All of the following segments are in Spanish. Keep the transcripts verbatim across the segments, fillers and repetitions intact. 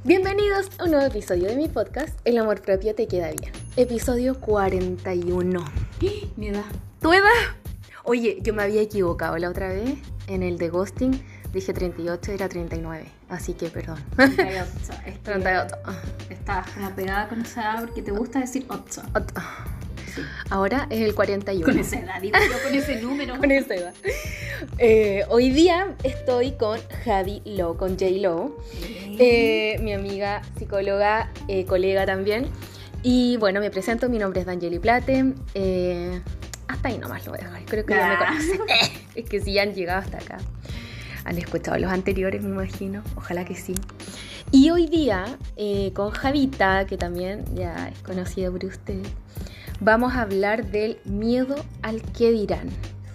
Bienvenidos a un nuevo episodio de mi podcast, El amor propio te queda bien. Episodio cuarenta y uno. Mi edad. ¿Tu edad? Oye, yo me había equivocado la otra vez en el de ghosting. Dije treinta y ocho, era treinta y nueve. Así que perdón. treinta y ocho. Es que treinta y ocho. Estás como pegada con esa edad porque te gusta decir ocho. Ocho. Sí. Ahora es el cuarenta y uno. Con esa edad, digo yo, con ese número. Con esa edad. Eh, hoy día estoy con Javi Lo, con J Lo, eh, mi amiga psicóloga, eh, colega también. Y bueno, me presento, mi nombre es D'Angeli Plate. Eh, hasta ahí nomás lo voy a dejar, creo que ya me conocen. Es que si ya han llegado hasta acá, han escuchado los anteriores, me imagino. Ojalá que sí. Y hoy día, eh, con Javita, que también ya es conocida por ustedes, vamos a hablar del miedo al que dirán.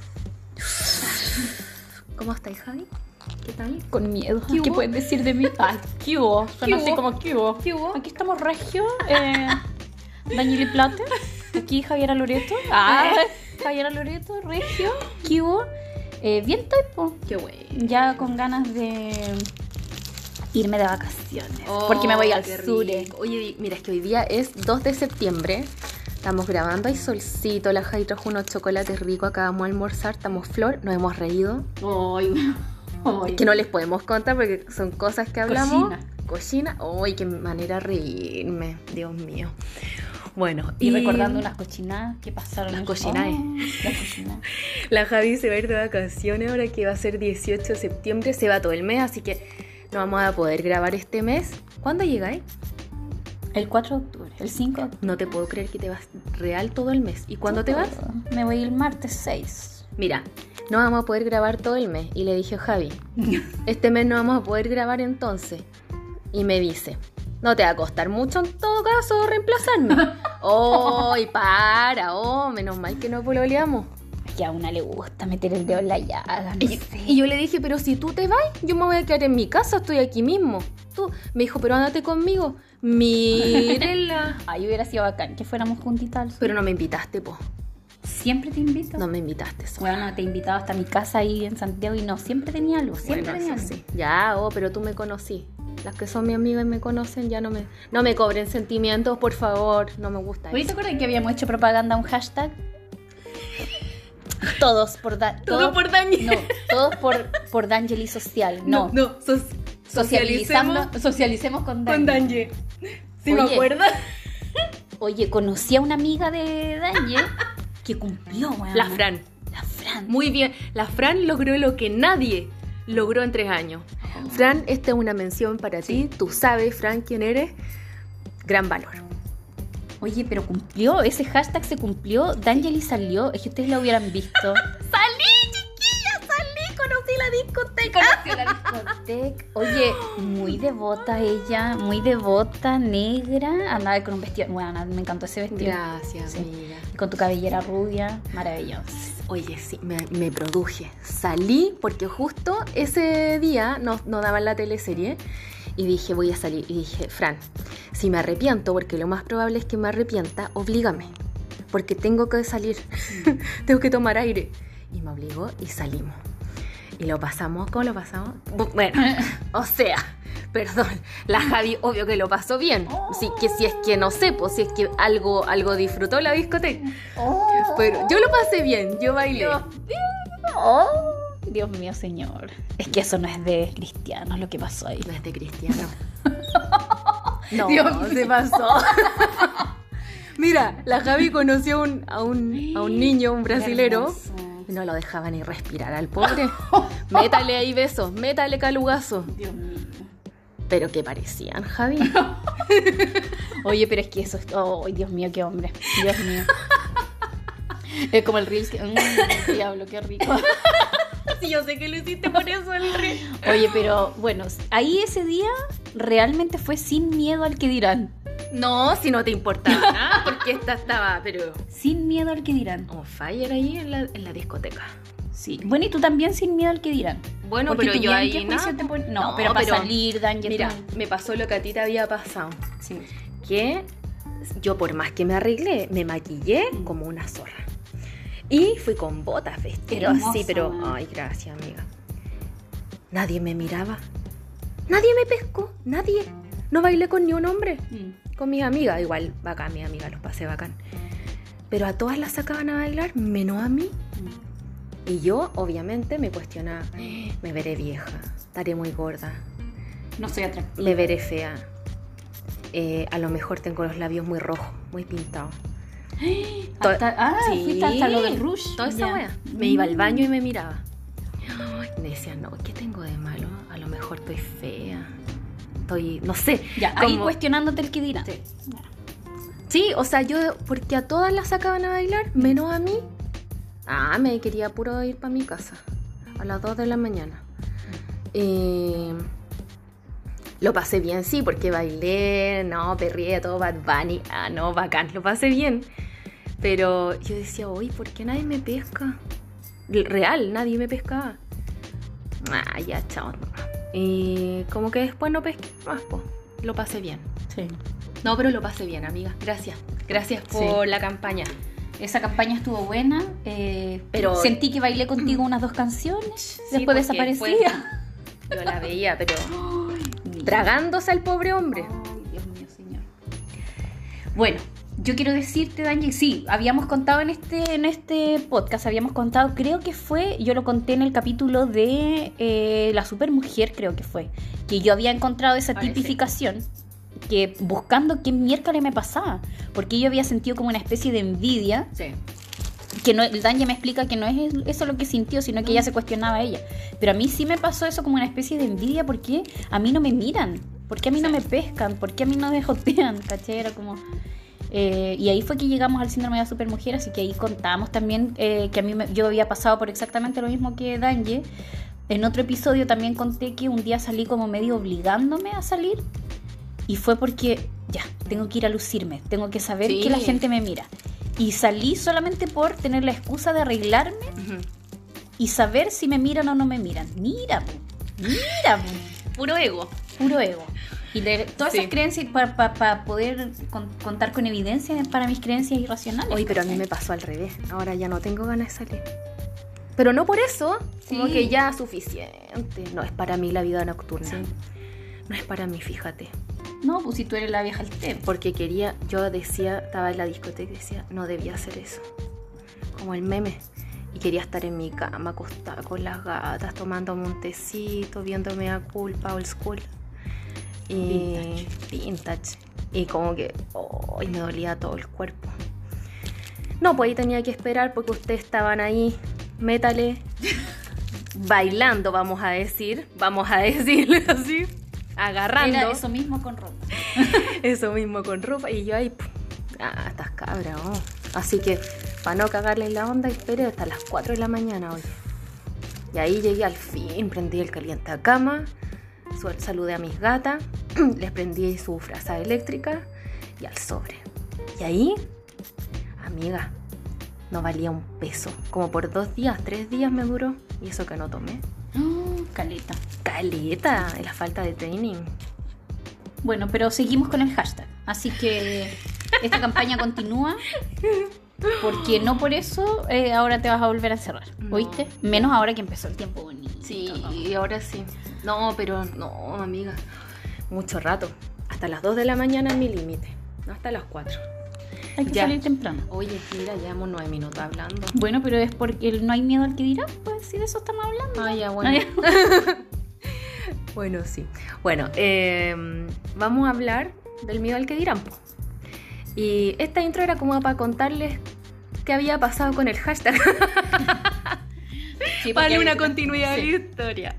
¿Cómo estáis, Javi? ¿Qué tal? Con miedo. ¿Qué, ¿Qué pueden decir de mí? Ay, ¿qué hubo? Suena ¿Qué así hubo? como ¿qué hubo? ¿Qué hubo? Aquí estamos Regio, eh, D'Angeli Plate. Aquí Javiera Loreto. Ah, Javiera Loreto, Regio. ¿Qué hubo? Eh, bien estoy, po. Qué bueno. Ya con ganas de irme de vacaciones. Porque me voy al qué sur. rico. Oye, mira, es que hoy día es dos de septiembre. Estamos grabando, hay solcito, la Javi trajo unos chocolates ricos, acabamos de almorzar, estamos flor, nos hemos reído. Ay, ay. Que no les podemos contar porque son cosas que hablamos. Cocina. Cocina. Ay, qué manera de reírme, Dios mío. Bueno, Y, recordando unas cochinadas que pasaron. Las en- cochinadas. Oh, las cochinadas. La Javi se va a ir de vacaciones ahora que va a ser dieciocho de septiembre, se va todo el mes, así que no vamos a poder grabar este mes. ¿Cuándo llegáis? El cuatro de octubre, el cinco de octubre. No te puedo creer que te vas real todo el mes. ¿Y cuándo te vas? Me voy el martes seis. Mira, no vamos a poder grabar todo el mes. Y le dije a Javi, este mes no vamos a poder grabar entonces. Y me dice, no te va a costar mucho en todo caso reemplazarme. Oh, y para, oh, menos mal que no pololeamos. Que a una le gusta meter el dedo en la llaga. No Y, sé. y yo le dije, pero si tú te vas, yo me voy a quedar en mi casa, estoy aquí mismo. Tú, me dijo, pero ándate conmigo. Mírela. Ay, hubiera sido bacán que fuéramos juntitas al sur. Pero no me invitaste, po. Siempre te invito. No me invitaste, sola. Bueno, te he invitado hasta mi casa ahí en Santiago y no, siempre tenía algo, siempre Bueno, tenía eso algo. sí. Ya, oh, pero tú me conocí. Las que son mi amiga y me conocen ya no me, no me cobren sentimientos, por favor. No me gusta Oye, eso. ¿te acuerdas que habíamos hecho propaganda un hashtag? Todos por da Todo todos- por Dani. No, todos por, por D'Angeli Social. No, no, sos- socializamos, socialicemos con D'Angeli. con Danje. ¿Sí me Oye. acuerdas? Oye, conocí a una amiga de D'Angeli que cumplió, weón. La Fran. La Fran. Muy bien. La Fran logró lo que nadie logró en tres años. Oh. Fran, esta es una mención para ti. Tú sabes, Fran, quién eres. Gran valor. Oye, pero cumplió, ese hashtag se cumplió, D'Angeli salió, es que ustedes la hubieran visto. ¡Salí, chiquilla! ¡Salí! ¡Conocí la discoteca! Conoció la discoteca. Oye, muy devota ella, muy devota, negra, andaba con un vestido, bueno, me encantó ese vestido. Gracias, Sí. amiga. Y con tu cabellera rubia, maravillosa. Oye, sí, me, me produje. Salí porque justo ese día nos no daban la teleserie y dije, voy a salir. Y dije, Fran, si me arrepiento, porque lo más probable es que me arrepienta, oblígame. Porque tengo que salir, tengo que tomar aire. Y me obligó y salimos. Y lo pasamos, ¿cómo lo pasamos? Bu- Bueno, o sea, perdón, la Javi obvio que lo pasó bien. Sí, que si es que no sé, pues si es que algo, algo disfrutó la discoteca. Pero yo lo pasé bien, yo bailé. Dios mío. Oh, Dios mío, señor. Es que eso no es de cristianos lo que pasó ahí. No es de cristiano. No, Dios se pasó. Mira, la Javi conoció a un, a un, a un niño, un brasilero, y no lo dejaba ni respirar al pobre. Métale ahí besos, métale calugazo. Dios mío. Pero que parecían, Javi. Oye, pero es que eso es... Oh, Dios mío, qué hombre. Dios mío. Es como el Reels que... Mm, diablo, qué rico. Sí, yo sé que lo hiciste por eso el rey. Oye, pero bueno, ahí ese día realmente fue sin miedo al que dirán. No, si no te importaba nada, porque esta estaba, pero Sin miedo al que dirán. on fire ahí en la, en la discoteca. Sí. Bueno, y tú también sin miedo al que dirán. Bueno, Porque pero tú yo bien, ahí ¿qué juicio nada. te pon- No, No, pero para pero- salir, D'Angeli. Mira, me pasó lo que a ti te había pasado. Sí. Que yo por más que me arreglé, me maquillé como una zorra. Y fui con botas, vestido Hermosa, así, pero... man. Ay, gracias, amiga. Nadie me miraba. Nadie me pescó, nadie. no bailé con ni un hombre. Mm. Con mis amigas, igual, bacán, mis amigas, los pasé bacán. Pero a todas las sacaban a bailar, menos a mí. Mm. Y yo, obviamente, me cuestionaba, me veré vieja, estaré muy gorda, No soy atractiva. me veré fea. Eh, a lo mejor tengo los labios muy rojos, muy pintados. Hasta, ah, Sí, fuiste hasta lo del Rush. Toda esa Ya. wea. Me iba al baño y me miraba. Ay, me decía, no, ¿qué tengo de malo? A lo mejor estoy fea. Estoy, no sé. Ya, ahí como- cuestionándote el que dirán. Sí. Sí, o sea, yo, porque a todas las sacaban a bailar, menos a mí. Ah, me quería puro ir para mi casa. A las dos de la mañana. Eh, lo pasé bien, sí, porque bailé, no, perrié todo Bad Bunny. Ah, no, bacán, lo pasé bien. Pero yo decía, uy, ¿por qué nadie me pesca? Real, nadie me pescaba. Ah, ya, chao. Y como que después no pesqué más, po. Lo pasé bien. Sí. No, pero lo pasé bien, amiga. Gracias. Gracias por Sí. la campaña. Esa campaña estuvo buena, eh, Pero- sentí que bailé contigo unas dos canciones, después porque desaparecía. Yo la veía, pero tragándose al pobre hombre. Ay, Dios mío, señor. Bueno, yo quiero decirte, Dani, sí, habíamos contado en este, en este podcast, habíamos contado, creo que fue, yo lo conté en el capítulo de eh, La Supermujer, creo que fue, que yo había encontrado esa Parece. tipificación, que buscando qué miércoles me pasaba, porque yo había sentido como una especie de envidia, Sí. que no, el Dani me explica que no es eso lo que sintió, sino que ella se cuestionaba a ella. Pero a mí sí me pasó eso como una especie de envidia, porque a mí no me miran, porque a mí no Sí. me pescan, porque a mí no me jotean, ¿cachai? Era como... eh, y ahí fue que llegamos al síndrome de la supermujer, así que ahí contamos también eh, que a mí me- yo había pasado por exactamente lo mismo que Danje. En otro episodio también conté que un día salí como medio obligándome a salir, y fue porque ya, tengo que ir a lucirme, tengo que saber Sí. que la gente me mira. Y salí solamente por tener la excusa de arreglarme Ujú. y saber si me miran o no me miran. Mira, po. Mira, po. Puro ego. Puro ego. Y de, todas Sí. esas creencias para pa, pa poder con- contar con evidencia para mis creencias irracionales. Oye, pero a mí me pasó al revés. Ahora ya no tengo ganas de salir. Pero no por eso, como Sí. que ya suficiente. No es para mí la vida nocturna. Sí. No es para mí, fíjate. No, pues si tú eres la vieja al té. Porque quería, yo decía, estaba en la discoteca y decía, no debía hacer eso. Como el meme. Y quería estar en mi cama acostada con las gatas, tomándome un tecito, viéndome a culpa, old school. Y Vintage. vintage. Y como que, oh, y me dolía todo el cuerpo. No, pues ahí tenía que esperar porque ustedes estaban ahí, métale, bailando, vamos a decir, vamos a decirle así, agarrando. Era eso mismo con ropa. Eso mismo con ropa y yo ahí, pum, ah, estás cabra, oh. Así que, para no cagarle la onda, esperé hasta las cuatro de la mañana hoy. Y ahí llegué al fin, prendí el caliente a cama, su- saludé a mis gatas, les prendí su frazada eléctrica y al sobre. Y ahí, amiga, no valía un peso. Como por dos días, tres días me duró. Y eso que no tomé. Oh, caleta. Caleta, es la falta de training. Bueno, pero seguimos con el hashtag. Así que esta campaña continúa. Porque no por eso eh, ahora te vas a volver a encerrar. No. ¿Oíste? Menos ahora que empezó el tiempo bonito. Sí, y ahora sí. No, pero no, amiga. Mucho rato. Hasta las dos de la mañana es mi límite. No hasta las cuatro. Hay que Ya. salir temprano. Oye, mira, llevamos nueve minutos hablando. Bueno, pero es porque el no hay miedo al que dirá. Pues si de eso estamos hablando. Ah, ya, bueno. Bueno, sí. Bueno, eh, vamos a hablar del miedo al que dirán, po. Y esta intro era como para contarles qué había pasado con el hashtag. Sí, Para porque darle una hay- continuidad sí. a la historia.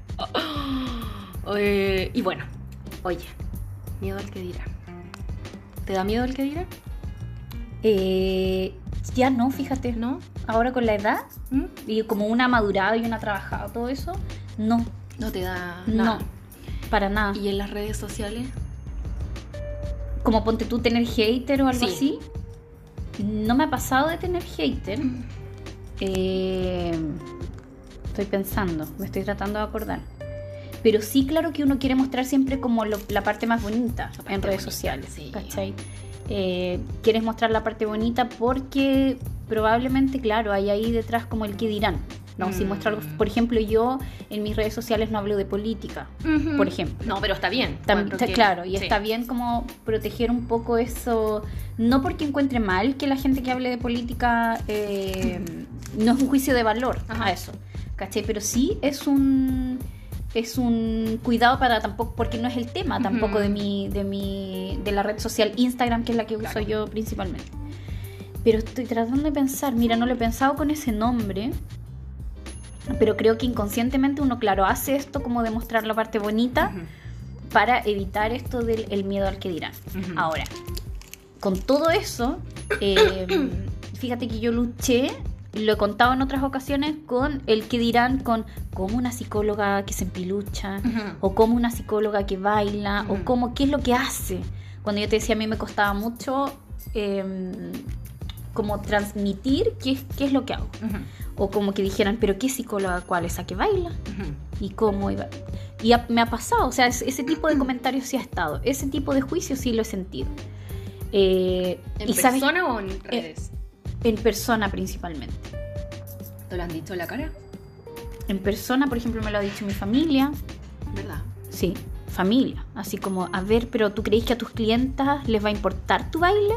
Eh, y bueno, oye, miedo al que dirán. ¿Te da miedo al que dirán? Eh, ya no, fíjate, ¿no? Ahora con la edad ¿Mm? y como una madurado y una trabajado, todo eso, no, No te da no, nada. para nada. ¿Y en las redes sociales? Como ponte tú tener hater o algo Sí. así. No me ha pasado de tener hater. Eh, estoy pensando, me estoy tratando de acordar. Pero sí, claro que uno quiere mostrar siempre como lo- la parte más bonita parte en redes bonita, sociales, sí. ¿cachai? Eh, quieres mostrar la parte bonita porque probablemente, claro, hay ahí detrás como el que dirán. No, Mm. si muestro algo, por ejemplo, yo en mis redes sociales no hablo de política, Ujú. por ejemplo. No, pero está bien. Tam- Encuentro está que- claro, y sí. está bien como proteger un poco eso, no porque encuentre mal que la gente que hable de política eh, no es un juicio de valor Ajá. a eso, ¿cachai? Pero sí es un es un cuidado para tampoco, porque no es el tema tampoco Ujú. de mi, de mi, de la red social Instagram, que es la que Claro. uso yo principalmente. Pero estoy tratando de pensar, mira, no lo he pensado con ese nombre. Pero creo que inconscientemente uno, claro, hace esto como demostrar la parte bonita Ujú. para evitar esto del el miedo al que dirán. Ujú. Ahora, con todo eso, eh, fíjate que yo luché, lo he contado en otras ocasiones, con el que dirán, con como una psicóloga que se empilucha, Ujú. o como una psicóloga que baila, Ujú. o como qué es lo que hace. Cuando yo te decía, a mí me costaba mucho eh, como transmitir qué, es- qué es lo que hago. Ujú. O como que dijeran, pero ¿qué psicóloga cuál? ¿Esa que baila? Ujú. ¿Y cómo iba? Y ha- me ha pasado, o sea, es- ese tipo de comentarios sí ha estado, ese tipo de juicios sí lo he sentido. Eh, ¿En y sabes, persona o en redes? en persona principalmente. ¿Te lo han dicho en la cara? En persona, por ejemplo, me lo ha dicho mi familia, ¿Verdad? sí, familia. Así como, a ver, pero ¿tú crees que a tus clientas les va a importar tu baile?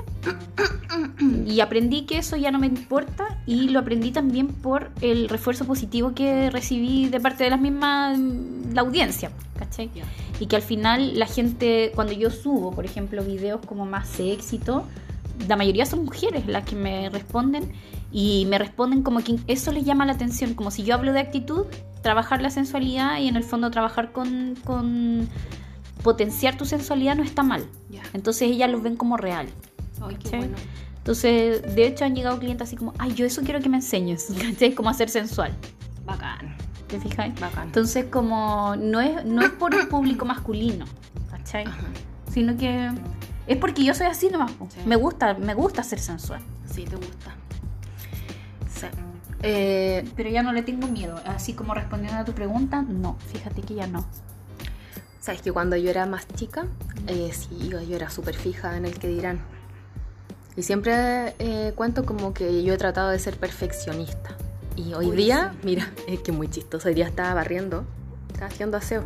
Y aprendí que eso ya no me importa, y lo aprendí también por el refuerzo positivo que recibí de parte de las mismas, la audiencia, ¿cachai? Ya. Y que al final la gente, cuando yo subo, por ejemplo, videos como más éxito, la mayoría son mujeres las que me responden, y me responden como que eso les llama la atención, como si yo hablo de actitud, trabajar la sensualidad y en el fondo trabajar con, con potenciar tu sensualidad no está mal. Ya. Entonces ellas los ven como real. Ay, qué ¿cachai? bueno. Entonces, de hecho han llegado clientes así como, ay, yo eso quiero que me enseñes, ¿cachai? Como hacer sensual, Bacán. ¿te fijas? Bacán. Entonces, como no es, no es por un público masculino, ¿cachai? Ajá. Sino que es porque yo soy así nomás, po. Sí. Me gusta, me gusta ser sensual. Sí, te gusta. Sí. Eh, Pero ya no le tengo miedo. Así como respondiendo a tu pregunta, no, fíjate que ya no. Sabes que cuando yo era más chica, eh, sí, yo yo era súper fija en el que dirán. Y siempre eh, cuento como que yo he tratado de ser perfeccionista. Y hoy Uy, día, sí. mira, es que muy chistoso. Hoy día estaba barriendo, estaba haciendo aseo.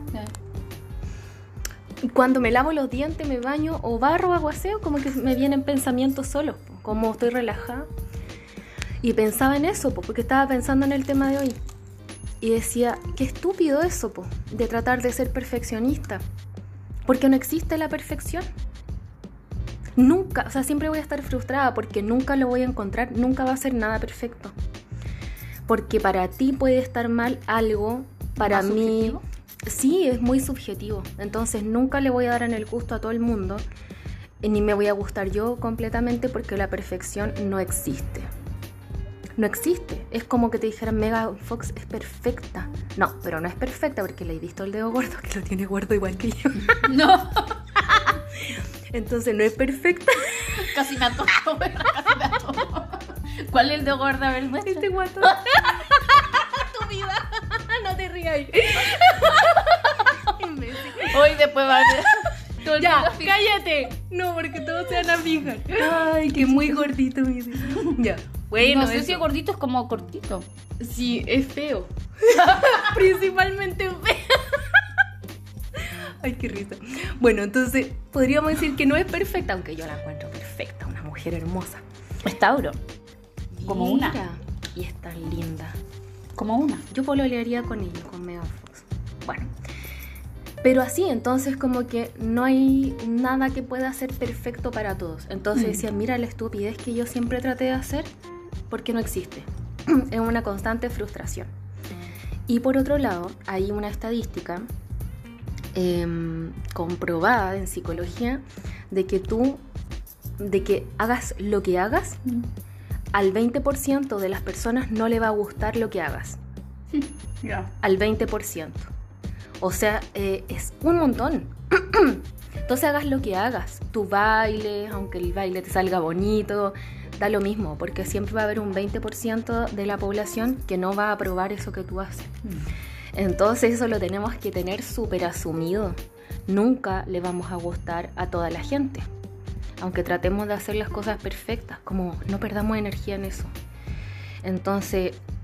Y cuando me lavo los dientes, me baño o barro o hago aseo, como que me vienen pensamientos solos, po, como estoy relajada. Y pensaba en eso, po, porque estaba pensando en el tema de hoy. Y decía, qué estúpido eso, po, de tratar de ser perfeccionista. Porque no existe la perfección. Nunca, o sea, siempre voy a estar frustrada porque nunca lo voy a encontrar, nunca va a ser nada perfecto. Porque para ti puede estar mal algo, para ¿Más mí... subjetivo? Sí, es muy subjetivo. Entonces nunca le voy a dar en el gusto a todo el mundo. Y ni me voy a gustar yo completamente porque la perfección no existe. No existe. Es como que te dijeran Megan Fox es perfecta. No, pero no es perfecta porque le he visto el dedo gordo, que lo tiene gordo igual que yo. No, Entonces no es perfecta. casi me atomo, ¿verdad? Casi me atomo. ¿Cuál es el de gorda? A ver, muestra. Este guato. Tu vida. No te rías. Imbécil. Hoy después va a ver. Todo el Ya, mundo así. cállate. No, porque todos se van a fijar. Ay, que muy gordito, mi vida. Ya. Bueno, no sé eso. si gordito es como cortito. Sí, es feo. Principalmente feo. Ay, qué risa. Bueno, entonces podríamos decir que no es perfecta, aunque yo la encuentro perfecta, una mujer hermosa. Es Tauro. Como una. Mira, y es tan linda. Como una. Yo pololearía con ella, con Megan Fox. Bueno, pero así, entonces como que no hay nada que pueda ser perfecto para todos. Entonces Mm. decía, mira la estupidez que yo siempre traté de hacer, porque no existe. Es una constante frustración. Y por otro lado, hay una estadística eh, comprobada en psicología de que tú, de que hagas lo que hagas, al veinte por ciento de las personas no le va a gustar lo que hagas. Ya. Al veinte por ciento. O sea, eh, es un montón. Entonces hagas lo que hagas. Tu baile, aunque el baile te salga bonito, da lo mismo, porque siempre va a haber un veinte por ciento de la población que no va a aprobar eso que tú haces. Entonces eso lo tenemos que tener súper asumido. Nunca le vamos a gustar a toda la gente. Aunque tratemos de hacer las cosas perfectas, como no perdamos energía en eso. Entonces,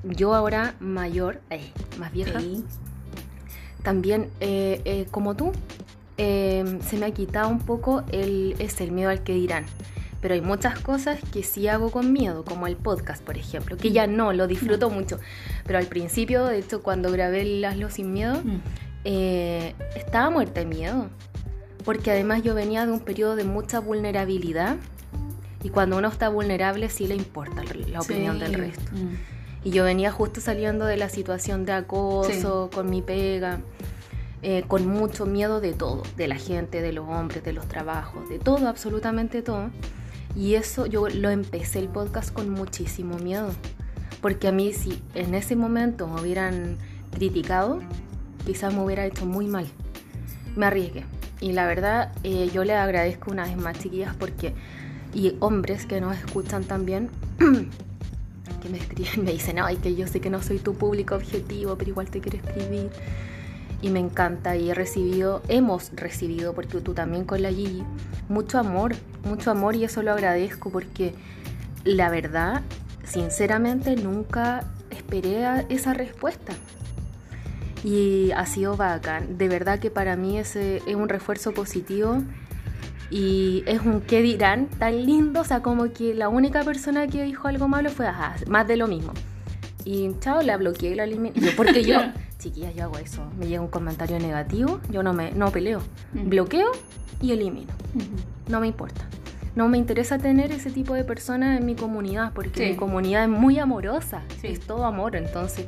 yo ahora mayor, eh, más vieja, Sí. también eh, eh, como tú, eh, se me ha quitado un poco el, es el miedo al que dirán. Pero hay muchas cosas que sí hago con miedo, como el podcast, por ejemplo, que ya no, lo disfruto No. mucho. Pero al principio, de hecho, cuando grabé el Hazlo Sin Miedo, Mm. eh, estaba muerta de miedo. Porque además yo venía de un periodo de mucha vulnerabilidad. Y cuando uno está vulnerable sí le importa la opinión Sí. del resto. Mm. Y yo venía justo saliendo de la situación de acoso, con mi pega, eh, con mucho miedo de todo, de la gente, de los hombres, de los trabajos, de todo, absolutamente todo. Y eso yo lo empecé el podcast con muchísimo miedo. Porque a mí si en ese momento me hubieran criticado, quizás me hubiera hecho muy mal. Me arriesgué. Y la verdad, eh, yo les agradezco una vez más, chiquillas, porque... Y hombres que nos escuchan también, que me escriben, me dicen, ay, que yo sé que no soy tu público objetivo, pero igual te quiero escribir. Y me encanta, y he recibido, hemos recibido, porque tú también con la Gigi, mucho amor, mucho amor, y eso lo agradezco, porque la verdad, sinceramente, nunca esperé a esa respuesta. Y ha sido bacán, de verdad que para mí ese es un refuerzo positivo. Y es un qué dirán tan lindo, o sea, como que la única persona que dijo algo malo fue, ajá, más de lo mismo. Y chao, la bloqueé y la eliminé. Yo, porque yo, chiquillas, yo hago eso. Me llega un comentario negativo, yo no me no peleo. Mm. Bloqueo y elimino. Mm. No me importa. No me interesa tener ese tipo de personas en mi comunidad, porque Sí. mi comunidad es muy amorosa. Sí. Es todo amor, entonces.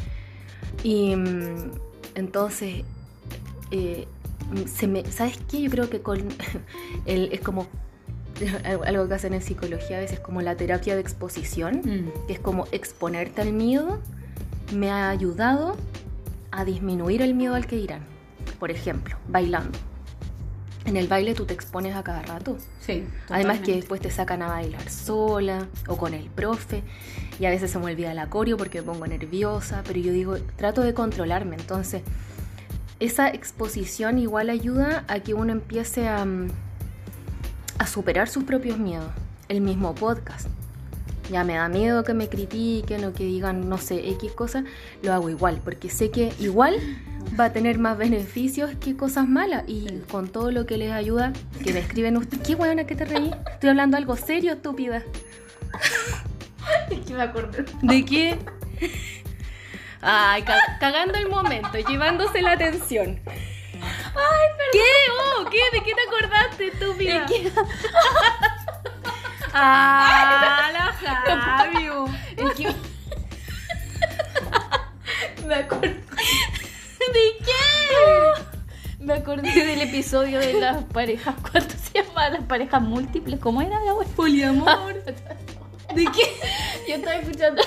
Y mm, entonces... Eh, Se me, ¿sabes qué? Yo creo que con el, es como algo que hacen en psicología a veces, como la terapia de exposición, Mm. que es como exponerte al miedo, me ha ayudado a disminuir el miedo al que dirán. Por ejemplo, bailando. En el baile tú te expones a cada rato. Sí. Además que totalmente. después te sacan a bailar sola o con el profe, y a veces se me olvida el acorio porque me pongo nerviosa, pero yo digo, trato de controlarme. Entonces esa exposición igual ayuda a que uno empiece a, a superar sus propios miedos. El mismo podcast, ya me da miedo que me critiquen o que digan, no sé, X cosas, lo hago igual, porque sé que igual va a tener más beneficios que cosas malas. Y con todo lo que les ayuda, que me escriben ustedes. ¿Qué huevona que te reí? Estoy hablando algo serio, estúpida. Es que me acordé. ¿De qué? Ay, ca- cagando el momento, llevándose la atención. Ay, perdón. ¿Qué? Oh, ¿qué? ¿De qué te acordaste, estúpida? Es que- Ah, la Javio. Es que... me acordé. ¿De qué? Me acordé del episodio de las parejas. ¿Cuánto se llama? Las parejas múltiples. ¿Cómo era la web? Poliamor. ¿De qué? Yo estaba escuchando.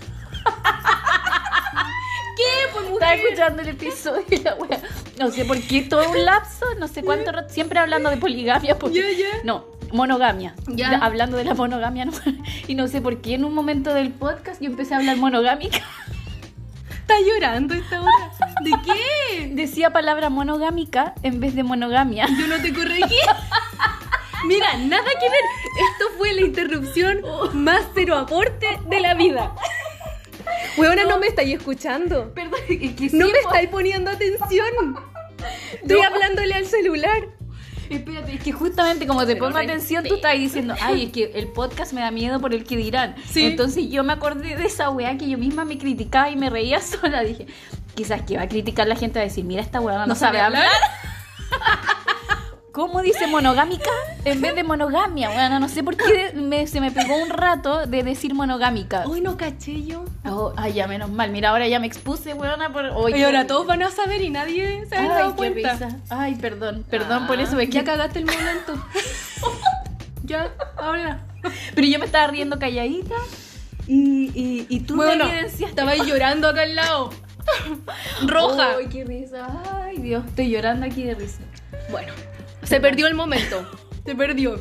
¿Qué? Pues Estaba mujer. escuchando el episodio y la wea. No sé por qué todo un lapso, no sé cuánto rato, siempre hablando de poligamia. Porque... Ya, ya. No, monogamia. Ya. Ya, hablando de la monogamia. No, y no sé por qué en un momento del podcast yo empecé a hablar monogámica. Está llorando esta hora. ¿De qué? Decía palabra monogámica en vez de monogamia. Yo no te corregí. Mira, nada que ver. Esto fue la interrupción más cero aporte de la vida. Huevona, no, no me estáis escuchando. Perdón, es que No sí, me po. estáis poniendo atención. Estoy No. hablándole al celular. Espérate, es que justamente como te Pero pongo atención, tú respeta. estás diciendo, ay, es que el podcast me da miedo por el que dirán. Sí. Entonces yo me acordé de esa weá que yo misma me criticaba y me reía sola. Dije, quizás que va a criticar la gente, va a decir, mira, esta weá no, ¿No sabe sabe hablar. hablar? ¿Cómo dice monogámica en vez de monogamia? Bueno, no sé por qué me- se me pegó un rato de decir monogámica. Hoy no caché yo. Oh, ay, ya, menos mal. Mira, ahora ya me expuse, weona. Por... Oy, Y qué ahora risa. todos van a saber y nadie se ha Ay, dado qué cuenta. risa. Ay, perdón, perdón por Ah, eso. Es ya que... cagaste el momento. Ya, ahora. Pero yo me estaba riendo calladita y, y, y tú Bueno, me evidenciaste. estaba ahí llorando acá al lado. Roja. Ay, qué risa. Ay, Dios, estoy llorando aquí de risa. Bueno, se perdió el momento. Se perdió.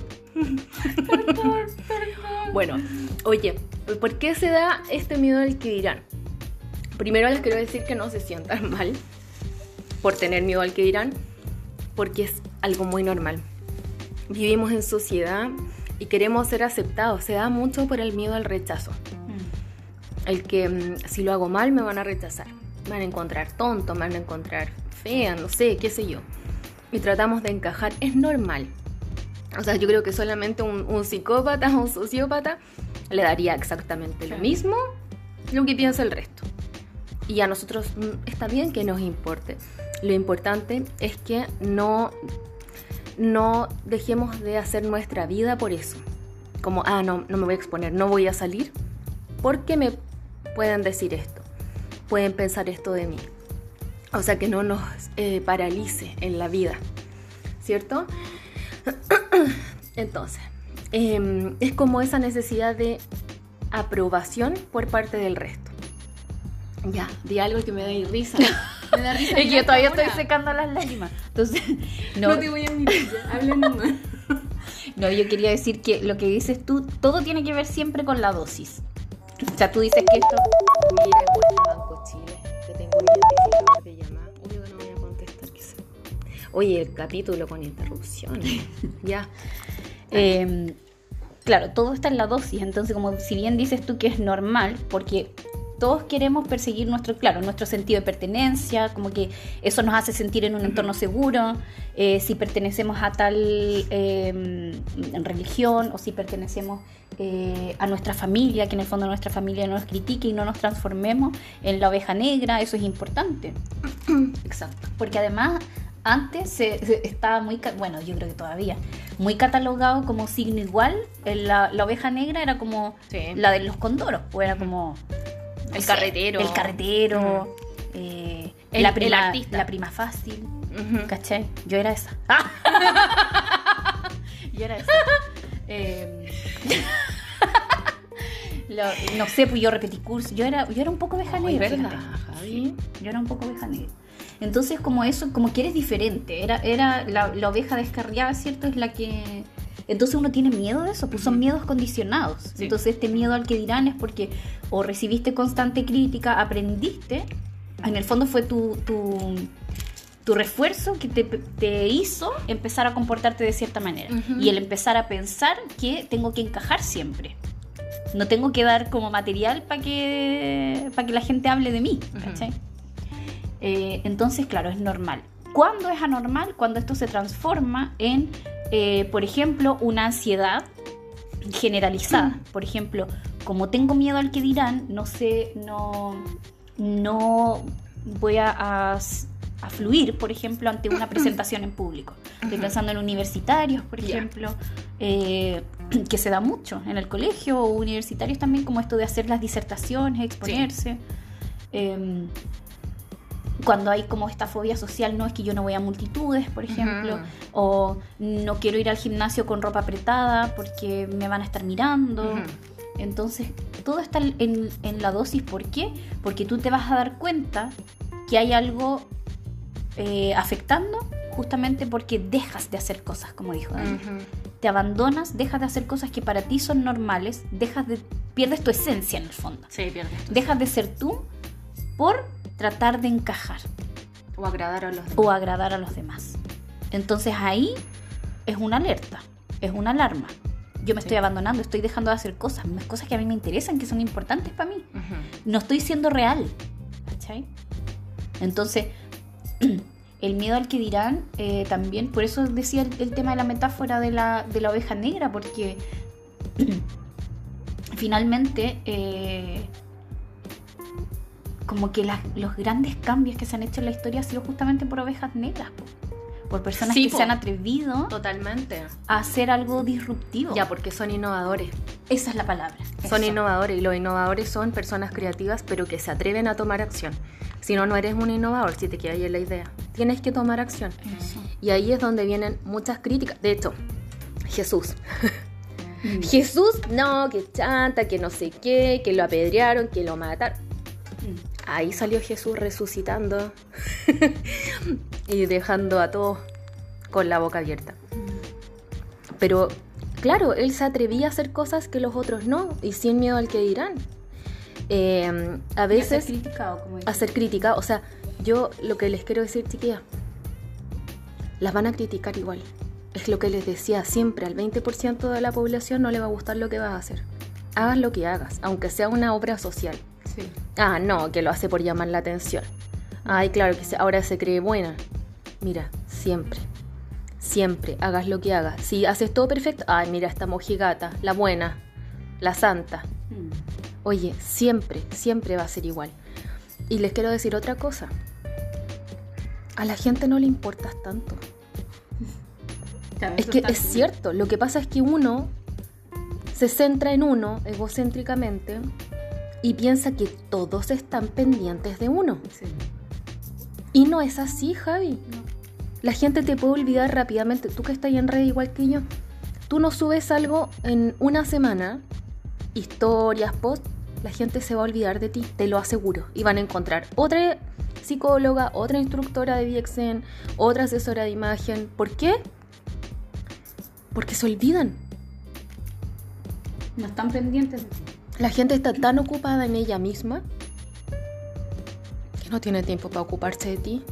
Bueno, oye, ¿por qué se da este miedo al que dirán? Primero les quiero decir que no se sientan mal por tener miedo al que dirán, porque es algo muy normal. Vivimos en sociedad y queremos ser aceptados. Se da mucho por el miedo al rechazo. el que mm, si lo hago mal me van a rechazar, me van a encontrar tonto, me van a encontrar fea, no sé, qué sé yo. Y tratamos de encajar, es normal. O sea, yo creo que solamente un, un psicópata o un sociópata le daría exactamente lo mismo lo que piensa el resto. Y a nosotros mm, está bien que nos importe. Lo importante es que no, no dejemos de hacer nuestra vida por eso. Como, ah, no, no me voy a exponer, no voy a salir porque me pueden decir esto, pueden pensar esto de mí. O sea, que no nos eh, paralice en la vida, ¿cierto? Entonces, eh, es como esa necesidad de aprobación por parte del resto. Ya, di algo que me da risa. Me da risa. Es que yo todavía estoy secando las lágrimas. Entonces, no, no te voy a mirar, habla nomás. No, yo quería decir que lo que dices tú, todo tiene que ver siempre con la dosis. O sea, tú dices que esto... Mira, pues, Banco Chile, que tengo un identificador de llamada. Obvio que no voy a contestar, quizá. Oye, el capítulo con interrupciones. Ya. Eh, claro, todo está en la dosis. Entonces, como si bien dices tú que es normal, porque todos queremos perseguir nuestro, claro, nuestro sentido de pertenencia, como que eso nos hace sentir en un entorno seguro, eh, si pertenecemos a tal eh, religión o si pertenecemos eh, a nuestra familia, que en el fondo nuestra familia no nos critique y no nos transformemos en la oveja negra, eso es importante. Exacto. Porque además antes se, se estaba muy, bueno, yo creo que todavía, muy catalogado como signo igual, la, la oveja negra era como sí. la de los condoros, pues era como... El sé, carretero. El carretero. Uh-huh. eh, el, la, prima, el artista. La prima fácil. Uh-huh. ¿Cachai? Yo era esa. Yo era esa. eh, lo, no sé, pues yo repetí curso. Yo era, yo era un poco oveja negra. ¿Verdad, Javi? Sí, yo era un poco oveja negra. Entonces, como eso, como que eres diferente. Era, era la, la oveja descarriada, ¿cierto? Es la que... Entonces uno tiene miedo de eso, pues son miedos condicionados. Sí. Entonces este miedo al que dirán es porque o recibiste constante crítica, aprendiste, en el fondo fue tu, tu, tu refuerzo que te, te hizo empezar a comportarte de cierta manera. Uh-huh. Y el empezar a pensar que tengo que encajar siempre. No tengo que dar como material para que, para que la gente hable de mí. ¿Cachai? Uh-huh. Eh, entonces, claro, es normal. ¿Cuándo es anormal? Cuando esto se transforma en... Eh, por ejemplo, una ansiedad generalizada. Mm. Por ejemplo, como tengo miedo al que dirán, no sé, no, no voy a, a, a fluir, por ejemplo, ante una presentación en público. Estoy pensando en universitarios, por ejemplo, yeah. eh, que se da mucho en el colegio, o universitarios también, como esto de hacer las disertaciones, exponerse. Sí. Eh, Cuando hay como esta fobia social, no es que yo no voy a multitudes, por ejemplo, uh-huh. o no quiero ir al gimnasio con ropa apretada porque me van a estar mirando. Uh-huh. Entonces, todo está en, en la dosis. ¿Por qué? Porque tú te vas a dar cuenta que hay algo eh, afectando justamente porque dejas de hacer cosas, como dijo Daniel. Uh-huh. Te abandonas, dejas de hacer cosas que para ti son normales, dejas de, pierdes tu esencia en el fondo. Sí, pierdes tu Dejas de ser tú por... tratar de encajar o agradar a los demás. o agradar a los demás. Entonces ahí es una alerta, es una alarma. Yo me sí. estoy abandonando, estoy dejando de hacer cosas, cosas que a mí me interesan, que son importantes para mí. Uh-huh. No estoy siendo real, ¿cachai? Entonces el miedo al que dirán eh, también, por eso decía el, el tema de la metáfora de la, de la oveja negra, porque finalmente eh, como que la, los grandes cambios que se han hecho en la historia han sido justamente por ovejas negras, po. Por personas sí, que po. se han atrevido totalmente a hacer algo disruptivo. Ya, porque son innovadores. Esa es la palabra. Son Eso. innovadores, y los innovadores son personas creativas, pero que se atreven a tomar acción. Si no, no eres un innovador, si te quedas ahí en la idea. Tienes que tomar acción. Eso. Y ahí es donde vienen muchas críticas. De hecho, Jesús... Mm. Jesús, no, que chanta, que no sé qué, que lo apedrearon, que lo mataron. Mm. Ahí salió Jesús resucitando y dejando a todos con la boca abierta. Mm. Pero, claro, él se atrevía a hacer cosas que los otros no, y sin miedo al que dirán. Eh, a veces... Y a ser criticado, como dices. A ser criticado. O sea, yo lo que les quiero decir, chiquillas, las van a criticar igual. Es lo que les decía siempre, al veinte por ciento de la población no le va a gustar lo que vas a hacer. Hagas lo que hagas, aunque sea una obra social. Sí. Ah, no, que lo hace por llamar la atención. Ay, claro, que se- ahora se cree buena. Mira, siempre, siempre, hagas lo que hagas. Si haces todo perfecto, ay, mira, esta mojigata, la buena, la santa. Mm. Oye, siempre, siempre va a ser igual. Y les quiero decir otra cosa. A la gente no le importas tanto. Claro, Es eso que está es bien. cierto, lo que pasa es que uno se centra en uno egocéntricamente y piensa que todos están pendientes de uno. Sí. Y no es así, Javi. No. La gente te puede olvidar rápidamente. Tú que estás en red igual que yo. Tú no subes algo en una semana, historias, posts, la gente se va a olvidar de ti, te lo aseguro. Y van a encontrar otra psicóloga, otra instructora de V X N, otra asesora de imagen. ¿Por qué? Porque se olvidan. No están pendientes de ti. La gente está tan ocupada en ella misma que no tiene tiempo para ocuparse de ti.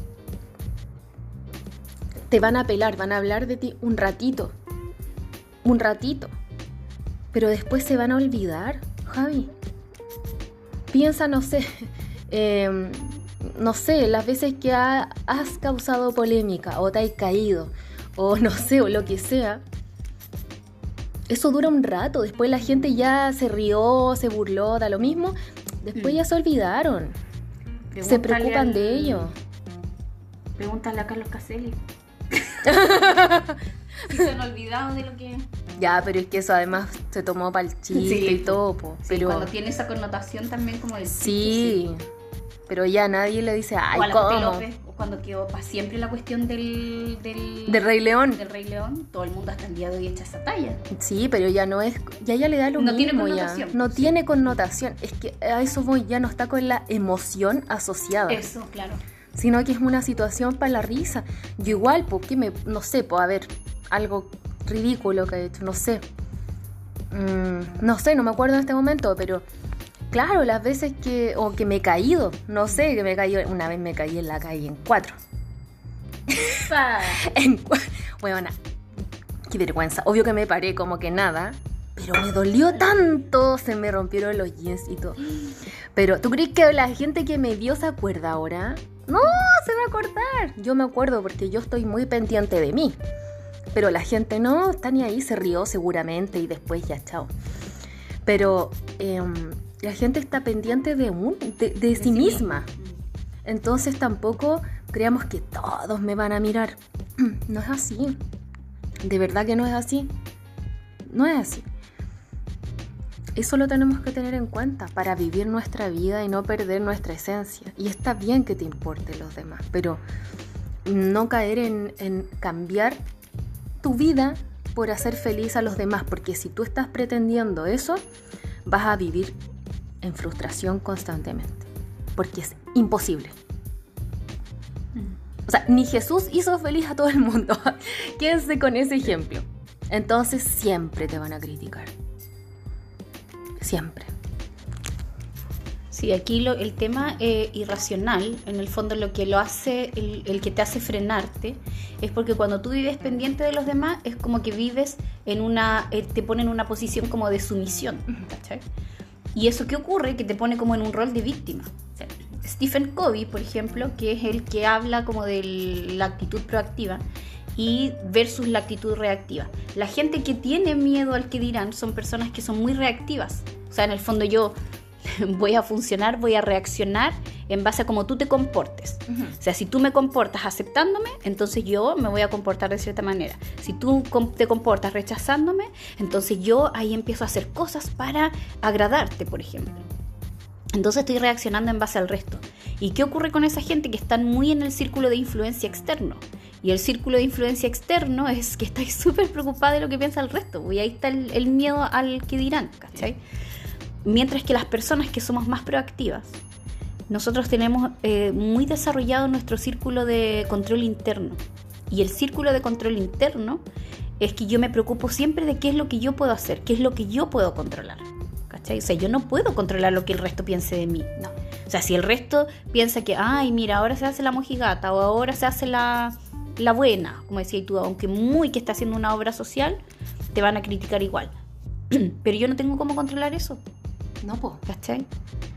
Te van a apelar, van a hablar de ti un ratito. Un ratito. Pero después se van a olvidar, Javi. Piensa, no sé, eh, no sé, las veces que ha- has causado polémica o te has caído o no sé, o lo que sea. Eso dura un rato, después la gente ya se rió, se burló, da lo mismo. Después Mm. ya se olvidaron. Se Pregúntale preocupan al- de ello. Pregúntale a Carlos Caselli. Si se han olvidado de lo que... Ya, pero es que eso además se tomó para el chiste Sí, y todo, po. Sí, Pero cuando tiene esa connotación también como de... sí, pero ya nadie le dice, ay, O a la Pepe ¿cómo? López, o cuando quedó para siempre la cuestión del... Del, De Rey León. del Rey León, todo el mundo hasta el día de hoy echa esa talla. Sí, pero ya no es, ya ya le da lo No tiene mismo ya. connotación, No sí. tiene connotación. Es que a eso voy, ya no está con la emoción asociada. Eso, claro. Sino que es una situación para la risa. Yo igual, porque me, no sé, pues a ver, algo ridículo que he hecho, no sé. Mm, no sé, no me acuerdo en este momento, pero claro, las veces que, o que me he caído, no sé, que me he caído, una vez me caí en la calle en cuatro. En cuatro. Bueno, qué vergüenza. Obvio que me paré como que nada, pero me dolió tanto, se me rompieron los jeans y todo. Pero, ¿tú crees que la gente que me vio se acuerda ahora? No, se va a acordar. Yo me acuerdo porque yo estoy muy pendiente de mí. Pero la gente no, está ni ahí, se rió seguramente y después ya, chao. Pero eh, la gente está pendiente de, un, de, de, de sí, sí misma. misma. Entonces tampoco creamos que todos me van a mirar. No es así. De verdad que no es así. No es así. Eso lo tenemos que tener en cuenta para vivir nuestra vida y no perder nuestra esencia. Y está bien que te importen los demás, pero no caer en, en cambiar tu vida por hacer feliz a los demás, porque si tú estás pretendiendo eso, vas a vivir en frustración constantemente, porque es imposible. O sea, ni Jesús hizo feliz a todo el mundo. Quédense con ese ejemplo. Entonces siempre te van a criticar. Siempre. Sí, aquí lo, el tema eh, irracional, en el fondo lo que lo hace, el, el que te hace frenarte, es porque cuando tú vives pendiente de los demás, es como que vives en una, eh, te pone en una posición como de sumisión, ¿cachai? Y eso que ocurre, que te pone como en un rol de víctima. O sea, Stephen Covey, por ejemplo, que es el que habla como de la actitud proactiva y versus la actitud reactiva. La gente que tiene miedo al que dirán son personas que son muy reactivas. O sea, en el fondo yo voy a funcionar, voy a reaccionar en base a cómo tú te comportes. Uh-huh. O sea, si tú me comportas aceptándome, entonces yo me voy a comportar de cierta manera. Si tú te comportas rechazándome, entonces yo ahí empiezo a hacer cosas para agradarte, por ejemplo. Entonces estoy reaccionando en base al resto. ¿Y qué ocurre con esa gente que están muy en el círculo de influencia externo? Y el círculo de influencia externo es que estáis súper preocupada de lo que piensa el resto. Y ahí está el, el miedo al que dirán, ¿cachai? Mientras que las personas que somos más proactivas, nosotros tenemos eh, muy desarrollado nuestro círculo de control interno. Y el círculo de control interno es que yo me preocupo siempre de qué es lo que yo puedo hacer, qué es lo que yo puedo controlar. ¿Cachai? O sea, yo no puedo controlar lo que el resto piense de mí. No. O sea, si el resto piensa que, ay, mira, ahora se hace la mojigata o ahora se hace la, la buena, como decías tú, aunque muy que está haciendo una obra social, te van a criticar igual. Pero yo no tengo cómo controlar eso. No, po. ¿Cachai?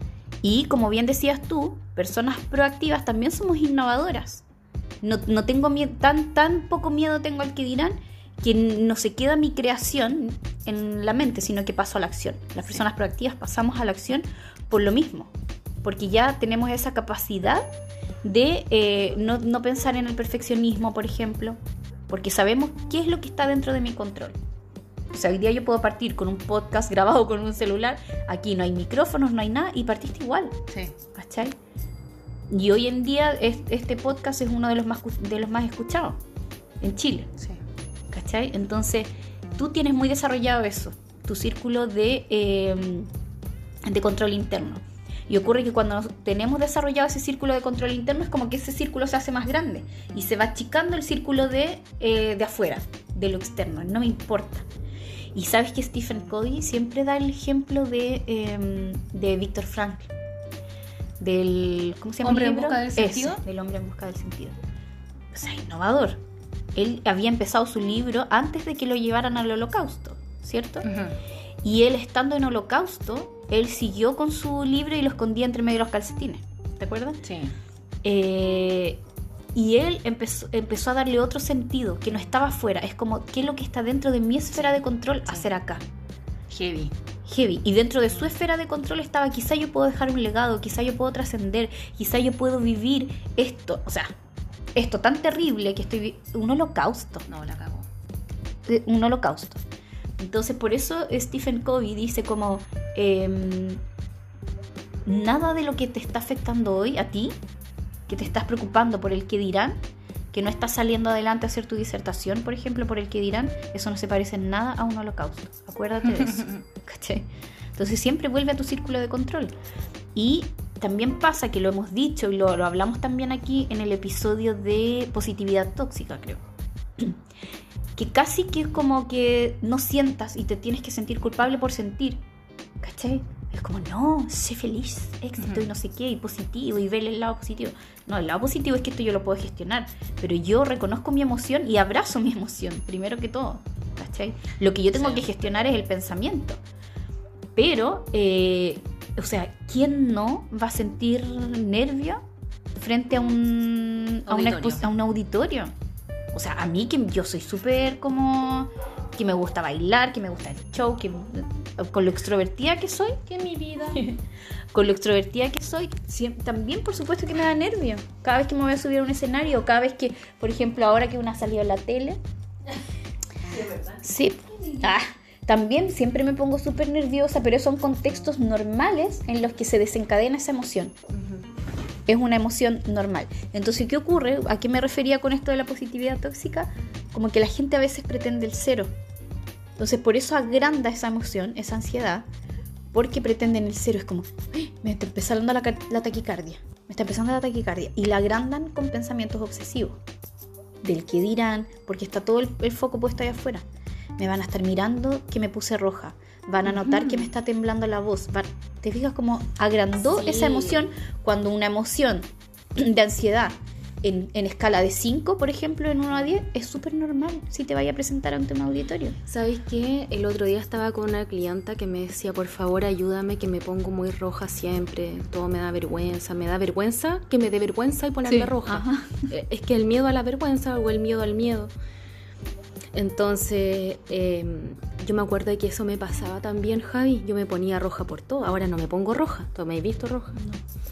Y como bien decías tú, personas proactivas también somos innovadoras. No, no tengo miedo, tan, tan poco miedo tengo al que dirán, que no se queda mi creación en la mente, sino que paso a la acción. Las personas sí. proactivas pasamos a la acción por lo mismo, porque ya tenemos esa capacidad de eh, no, no pensar en el perfeccionismo, por ejemplo, porque sabemos qué es lo que está dentro de mi control. O sea, hoy día yo puedo partir con un podcast grabado con un celular, aquí no hay micrófonos, no hay nada, y partiste igual. Sí. ¿Cachai? Y hoy en día este podcast es uno de los más, de los más escuchados en Chile. Sí. ¿Cachai? Entonces, tú tienes muy desarrollado eso, tu círculo de, eh, de control interno. Y ocurre que cuando tenemos desarrollado ese círculo de control interno, es como que ese círculo se hace más grande y se va achicando el círculo de, eh, de afuera, de lo externo. No me importa. Y sabes que Stephen Covey siempre da el ejemplo de, eh, de Viktor Frankl, del, ¿cómo se llama? ¿Hombre en busca del sentido? Ese, del hombre en busca del sentido. O sea, innovador. Él había empezado su libro antes de que lo llevaran al holocausto, ¿cierto? Uh-huh. Y él, estando en holocausto, él siguió con su libro y lo escondía entre medio de los calcetines. ¿Te acuerdas? Sí. Eh, y él empezó, empezó a darle otro sentido, que no estaba afuera. Es como, ¿qué es lo que está dentro de mi esfera de control sí. hacer acá? Heavy. Heavy. Y dentro de su esfera de control estaba, quizá yo puedo dejar un legado, quizá yo puedo trascender, quizá yo puedo vivir esto. O sea, esto tan terrible que estoy vi- un holocausto. No, la cagó. Un holocausto. Entonces, por eso Stephen Covey dice como eh, nada de lo que te está afectando hoy a ti, que te estás preocupando por el que dirán, que no estás saliendo adelante a hacer tu disertación, por ejemplo, por el que dirán, eso no se parece en nada a un holocausto. Acuérdate de eso. ¿Cachai? Entonces siempre vuelve a tu círculo de control. Y también pasa que lo hemos dicho y lo, lo hablamos también aquí en el episodio de positividad tóxica, creo. Que casi que es como que no sientas y te tienes que sentir culpable por sentir. ¿Cachai? Es como, no, sé feliz, éxito uh-huh. y no sé qué, y positivo, y ver el lado positivo. No, el lado positivo es que esto yo lo puedo gestionar, pero yo reconozco mi emoción y abrazo mi emoción, primero que todo. ¿Cachai? Lo que yo tengo sí. que gestionar es el pensamiento. Pero, eh, o sea, ¿quién no va a sentir nervio frente a un, a, una expo- a un auditorio? O sea, a mí que yo soy súper como... que me gusta bailar, que me gusta el show, que con lo extrovertida que soy, que mi vida, con lo extrovertida que soy, siempre, también por supuesto que me da nervio. Cada vez que me voy a subir a un escenario, cada vez que, por ejemplo, ahora que una ha salido en la tele, sí, es verdad. Sí, ah, también siempre me pongo súper nerviosa, pero son contextos normales en los que se desencadena esa emoción. Uh-huh. Es una emoción normal. Entonces, ¿qué ocurre? ¿A qué me refería con esto de la positividad tóxica? Como que la gente a veces pretende el cero. Entonces, por eso agranda esa emoción, esa ansiedad, porque pretenden el cero. Es como, me está empezando la, la taquicardia, me está empezando la taquicardia. Y la agrandan con pensamientos obsesivos. Del que dirán, porque está todo el, el foco puesto ahí afuera. Me van a estar mirando que me puse roja. Van a notar uh-huh. que me está temblando la voz. Van, ¿te fijas cómo agrandó sí. esa emoción? Cuando una emoción de ansiedad en, en escala de cinco, por ejemplo, en uno a diez, es súper normal si te vaya a presentar ante un auditorio. ¿Sabes qué? El otro día estaba con una clienta que me decía, por favor, ayúdame, que me pongo muy roja siempre. Todo me da vergüenza. Me da vergüenza que me dé vergüenza y ponerme sí. roja. Ajá. Es que el miedo a la vergüenza o el miedo al miedo. Entonces, eh, yo me acuerdo de que eso me pasaba también, Javi. Yo me ponía roja por todo. Ahora no me pongo roja. ¿Tú me has visto roja? No.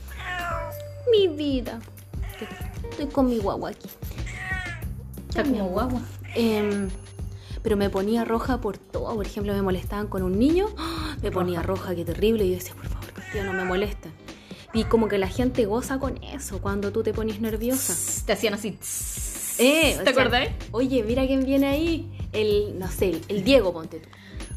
Mi vida. Estoy con mi guagua aquí. Está como guagua. Eh, pero me ponía roja por todo. Por ejemplo, me molestaban con un niño. Me ponía roja, roja qué terrible. Y yo decía, por favor, que no me molesten. Y como que la gente goza con eso cuando tú te pones nerviosa. Te hacían así... Eh, ¿Te acuerdas? Oye, mira quién viene ahí. El, no sé, el, el Diego, ponte tú.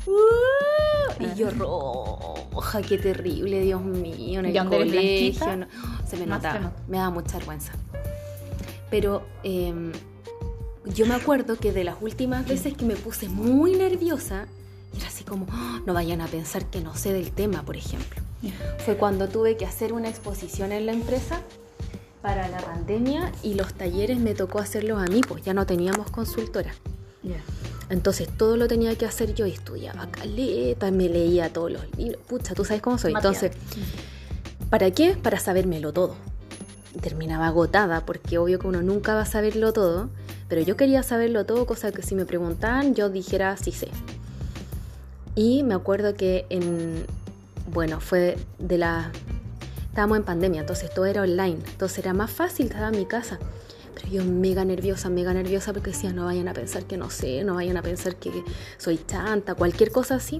Uh, y yo roja, qué terrible, Dios mío, en el colegio. No, se me notaba, no. me daba mucha vergüenza. Pero eh, yo me acuerdo que de las últimas veces que me puse muy nerviosa, era así como, oh, no vayan a pensar que no sé del tema, por ejemplo. Yeah. Fue cuando tuve que hacer una exposición en la empresa para la pandemia y los talleres me tocó hacerlos a mí, pues ya no teníamos consultora. Yeah. Entonces todo lo tenía que hacer yo y estudiaba caleta, me leía todos los libros. Pucha, tú sabes cómo soy. Entonces ¿Para qué? Para sabérmelo todo. Terminaba agotada porque obvio que uno nunca va a saberlo todo, pero yo quería saberlo todo, cosa que si me preguntaban yo dijera sí sé. Y me acuerdo que en, bueno, fue de la, estábamos en pandemia, entonces todo era online, entonces era más fácil, estaba en mi casa, pero yo mega nerviosa, mega nerviosa porque decía no vayan a pensar que no sé, no vayan a pensar que soy chanta, cualquier cosa así.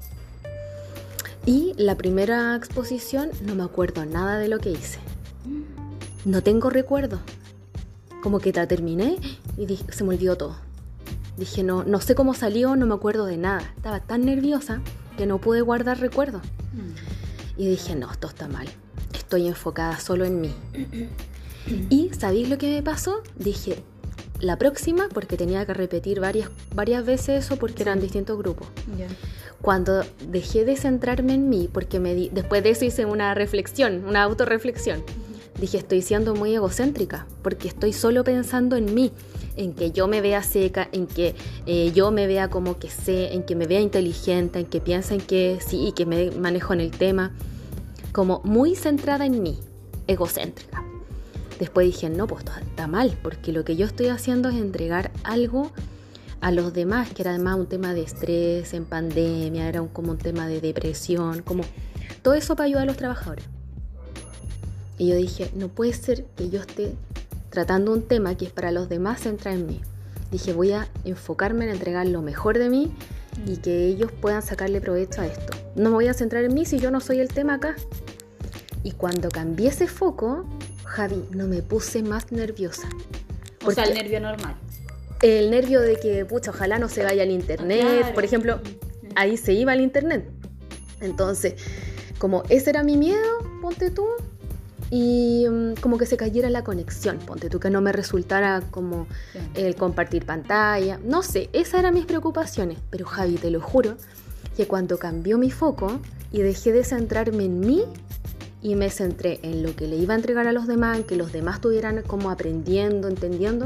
Y la primera exposición no me acuerdo nada de lo que hice. No tengo recuerdo. Como que la terminé y dije, se me olvidó todo. Dije, no, no sé cómo salió, no me acuerdo de nada. Estaba tan nerviosa que no pude guardar recuerdos. Mm. Y dije, no, esto está mal. Estoy enfocada solo en mí. Y ¿sabéis lo que me pasó? Dije, la próxima, porque tenía que repetir varias, varias veces eso porque eran distintos grupos. Yeah. Cuando dejé de centrarme en mí, porque me di, después de eso hice una reflexión, una autorreflexión. Dije, estoy siendo muy egocéntrica, porque estoy solo pensando en mí, en que yo me vea seca, en que eh, yo me vea como que sé, en que me vea inteligente, en que piensen que sí y que me manejo en el tema, como muy centrada en mí, egocéntrica. Después dije, no, pues esto está mal, porque lo que yo estoy haciendo es entregar algo a los demás, que era además un tema de estrés en pandemia, era un, como un tema de depresión, como todo eso para ayudar a los trabajadores. Y yo dije, no puede ser que yo esté tratando un tema que es para los demás centrar en mí. Dije, voy a enfocarme en entregar lo mejor de mí y que ellos puedan sacarle provecho a esto. No me voy a centrar en mí si yo no soy el tema acá. Y cuando cambié ese foco, Javi, no me puse más nerviosa. O sea, el nervio normal. El nervio de que, pucha, ojalá no se vaya al internet. Claro. Por ejemplo, ahí se iba al internet. Entonces, como ese era mi miedo, ponte tú, y um, como que se cayera la conexión, ponte tú, que no me resultara como sí. el compartir pantalla, no sé, esas eran mis preocupaciones, pero Javi, te lo juro, que cuando cambió mi foco y dejé de centrarme en mí y me centré en lo que le iba a entregar a los demás, en que los demás estuvieran como aprendiendo, entendiendo,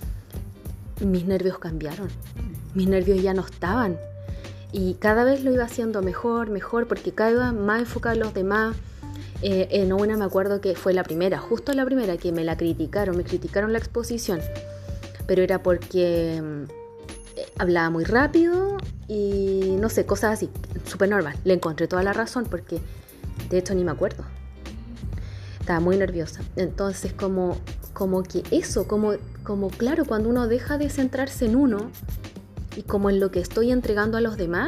mis nervios cambiaron, mis nervios ya no estaban, y cada vez lo iba haciendo mejor, mejor, porque cada vez más enfocada en los demás. Eh, en una me acuerdo que fue la primera, justo la primera que me la criticaron, me criticaron la exposición, pero era porque eh, hablaba muy rápido y no sé, cosas así, súper normal. Le encontré toda la razón porque de hecho ni me acuerdo. Estaba muy nerviosa. Entonces como, como que eso, como, como claro, cuando uno deja de centrarse en uno y como en lo que estoy entregando a los demás,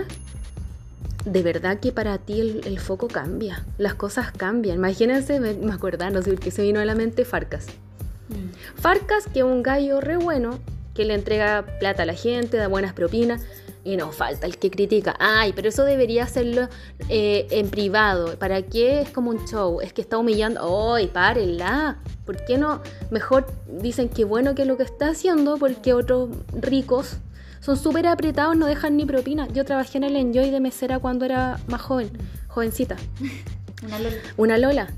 de verdad que para ti el, el foco cambia, las cosas cambian. Imagínense, me, me acordaba, no sé por qué se vino a la mente Farcas. Mm. Farcas, que es un gallo re bueno, que le entrega plata a la gente, da buenas propinas, y no falta el que critica. Ay, pero eso debería hacerlo eh, en privado. ¿Para qué? Es como un show, es que está humillando. ¡Ay, párenla! ¿Por qué no? Mejor dicen que bueno que lo que está haciendo, porque otros ricos son súper apretados, no dejan ni propina. Yo trabajé en el Enjoy de mesera cuando era más joven, jovencita. Una Lola. Una Lola.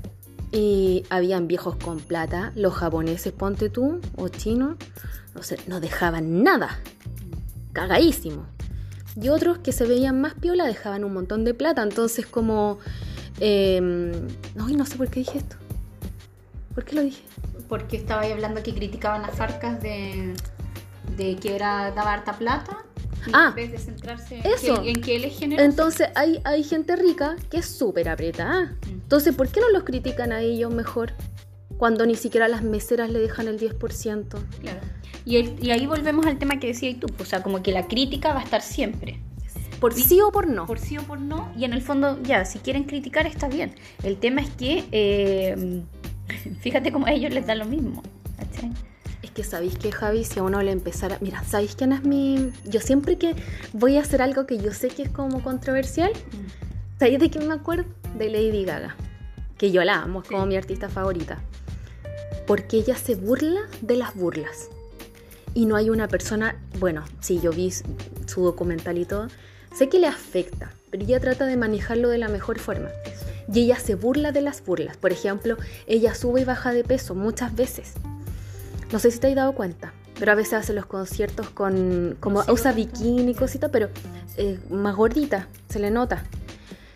Y habían viejos con plata, los japoneses, ponte tú, o chinos, no sé, no dejaban nada. Cagadísimo. Y otros que se veían más piola dejaban un montón de plata. Entonces como... Eh, no, no sé por qué dije esto. ¿Por qué lo dije? Porque estaba ahí hablando que criticaban las Farcas de... de que era daba harta plata y ah, en vez de centrarse eso. En, que, en que él es generoso. Entonces hay, hay gente rica que es súper apretada. Mm. Entonces, ¿por qué no los critican a ellos mejor? Cuando ni siquiera las meseras le dejan el diez por ciento. Claro. Y, el, y ahí volvemos al tema que decías tú, o sea, como que la crítica va a estar siempre. Por sí, sí o por no. Por sí o por no. Y en el fondo, ya, si quieren criticar está bien. El tema es que, eh, fíjate cómo a ellos les da lo mismo. ¿Cachai? Es que sabéis que, Javi, si a uno le empezara... Mira, ¿sabéis quién es mi...? Yo siempre que voy a hacer algo que yo sé que es como controversial, mm. ¿sabéis de quién me acuerdo? De Lady Gaga. Que yo la amo, es sí. como mi artista favorita. Porque ella se burla de las burlas. Y no hay una persona... Bueno, sí, yo vi su documental y todo. Sé que le afecta, pero ella trata de manejarlo de la mejor forma. Eso. Y ella se burla de las burlas. Por ejemplo, ella sube y baja de peso muchas veces. No sé si te has dado cuenta, pero a veces hace los conciertos con... como sí, usa bikini y cositas, pero eh, más gordita, se le nota.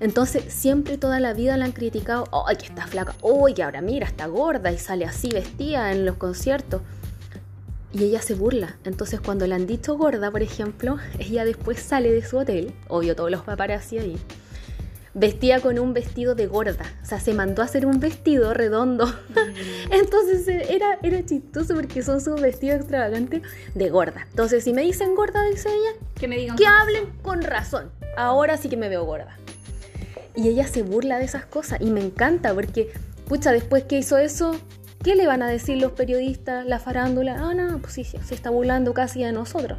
Entonces siempre toda la vida la han criticado, ¡ay, que está flaca! ¡Ay, que ahora mira, está gorda! Y sale así vestida en los conciertos. Y ella se burla. Entonces cuando le han dicho gorda, por ejemplo, ella después sale de su hotel, obvio todos los paparazzi ahí, vestida con un vestido de gorda. O sea, se mandó a hacer un vestido redondo. Mm. Entonces era, era chistoso porque son sus vestidos extravagantes de gorda. Entonces si me dicen gorda, dice ella, que me digan que hablen con razón. Ahora sí que me veo gorda. Y ella se burla de esas cosas y me encanta porque, pucha, después que hizo eso, ¿qué le van a decir los periodistas, la farándula? Ah, no, pues sí, se está burlando casi de nosotros.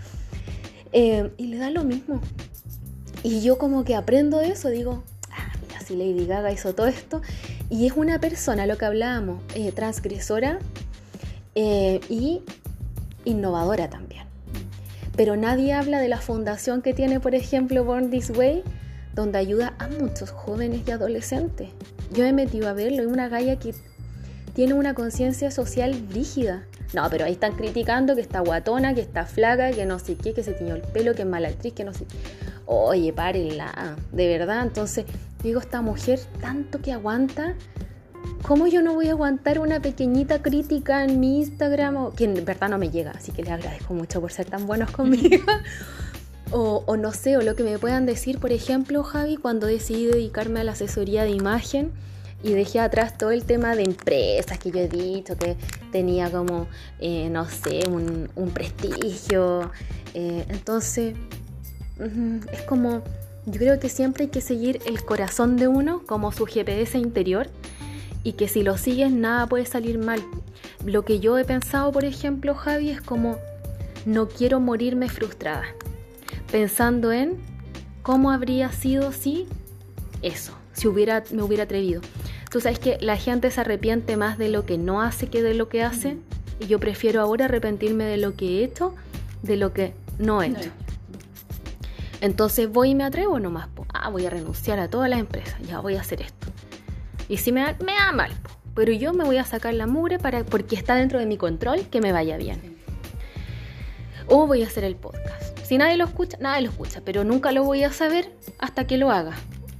Eh, y le da lo mismo. Y yo como que aprendo de eso, digo, ah, mira, si Lady Gaga hizo todo esto. Y es una persona, lo que hablábamos, eh, transgresora eh, y innovadora también. Pero nadie habla de la fundación que tiene, por ejemplo, Born This Way, donde ayuda a muchos jóvenes y adolescentes. Yo me he metido a verlo, es una galla que tiene una conciencia social brígida. No, pero ahí están criticando que está guatona, que está flaca, que no sé qué, que se tiñó el pelo, que es mala actriz, que no sé. Oye, párenla, de verdad. Entonces, digo, esta mujer tanto que aguanta, ¿cómo yo no voy a aguantar una pequeñita crítica en mi Instagram? Que en verdad no me llega, así que les agradezco mucho por ser tan buenos conmigo. O, o no sé, o lo que me puedan decir, por ejemplo, Javi, cuando decidí dedicarme a la asesoría de imagen y dejé atrás todo el tema de empresas que yo he dicho, que tenía como, eh, no sé, un, un prestigio. Eh, entonces, uh, es como, yo creo que siempre hay que seguir el corazón de uno como su G P S interior y que si lo sigues nada puede salir mal. Lo que yo he pensado, por ejemplo, Javi, es como, no quiero morirme frustrada, pensando en cómo habría sido si eso, si hubiera, me hubiera atrevido. Tú sabes que la gente se arrepiente más de lo que no hace que de lo que hace, y yo prefiero ahora arrepentirme de lo que he hecho, de lo que no he hecho. Entonces voy y me atrevo nomás, po. Ah, voy a renunciar a todas las empresas, ya voy a hacer esto. Y si me da, me da mal, po. Pero yo me voy a sacar la mugre para, porque está dentro de mi control que me vaya bien. O voy a hacer el podcast. Si nadie lo escucha, nadie lo escucha, pero nunca lo voy a saber hasta que lo haga.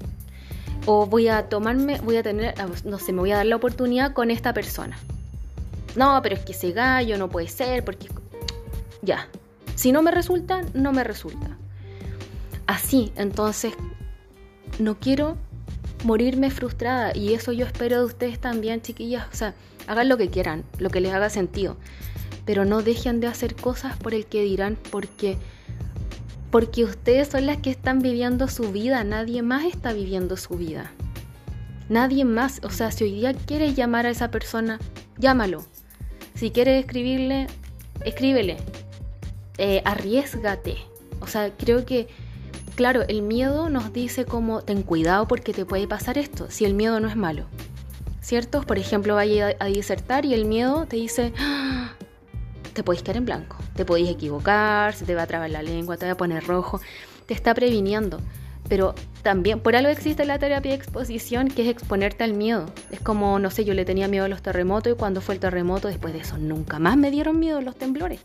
O voy a tomarme, voy a tener, no sé, me voy a dar la oportunidad con esta persona. No, pero es que ese gallo no puede ser, porque ya. Si no me resulta, no me resulta. Así, entonces, no quiero morirme frustrada, y eso yo espero de ustedes también, chiquillas. O sea, hagan lo que quieran, lo que les haga sentido, pero no dejen de hacer cosas por el que dirán, porque porque ustedes son las que están viviendo su vida, nadie más está viviendo su vida. Nadie más, o sea, si hoy día quieres llamar a esa persona, llámalo. Si quieres escribirle, escríbele. Eh, arriésgate. O sea, creo que, claro, el miedo nos dice como, ten cuidado porque te puede pasar esto, si el miedo no es malo, ¿cierto? Por ejemplo, vaya a, a disertar y el miedo te dice, ¡ah! Te podéis quedar en blanco, te podéis equivocar, se te va a trabar la lengua, te va a poner rojo, te está previniendo. Pero también, por algo existe la terapia de exposición, que es exponerte al miedo. Es como, no sé, yo le tenía miedo a los terremotos, y cuando fue el terremoto, después de eso, nunca más me dieron miedo los temblores.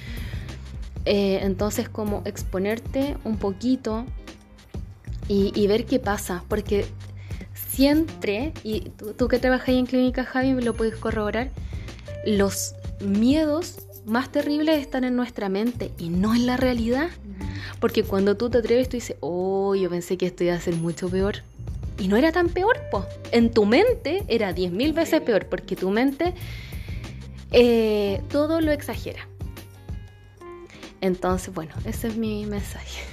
Eh, entonces, como exponerte un poquito y, y ver qué pasa, porque siempre, y tú, tú que trabajas en clínica, Javi, lo puedes corroborar, los miedos más terribles están en nuestra mente y no en la realidad. Porque cuando tú te atreves, tú dices, oh, yo pensé que esto iba a ser mucho peor. Y no era tan peor, po. En tu mente era diez mil veces peor, porque tu mente eh, todo lo exagera. Entonces, bueno, ese es mi mensaje.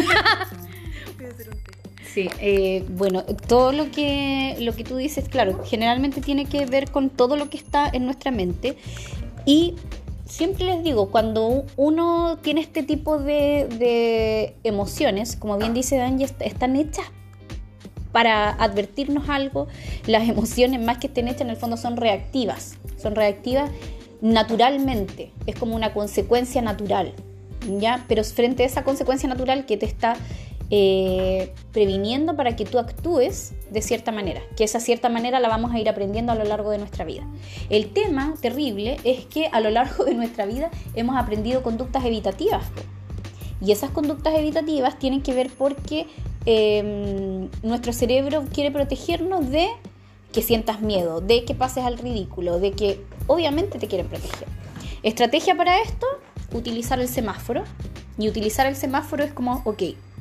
Sí, eh, bueno, todo lo que, lo que tú dices, claro, generalmente tiene que ver con todo lo que está en nuestra mente. Y siempre les digo, cuando uno tiene este tipo de, de emociones, como bien dice Dani, están hechas para advertirnos algo. Las emociones, más que estén hechas, en el fondo son reactivas. Son reactivas naturalmente. Es como una consecuencia natural, ¿ya? Pero frente a esa consecuencia natural que te está eh, previniendo para que tú actúes de cierta manera, que esa cierta manera la vamos a ir aprendiendo a lo largo de nuestra vida. El tema terrible es que a lo largo de nuestra vida hemos aprendido conductas evitativas, y esas conductas evitativas tienen que ver porque eh, nuestro cerebro quiere protegernos de que sientas miedo, de que pases al ridículo, de que obviamente te quieren proteger. Estrategia para esto, utilizar el semáforo. Y utilizar el semáforo es como, ok,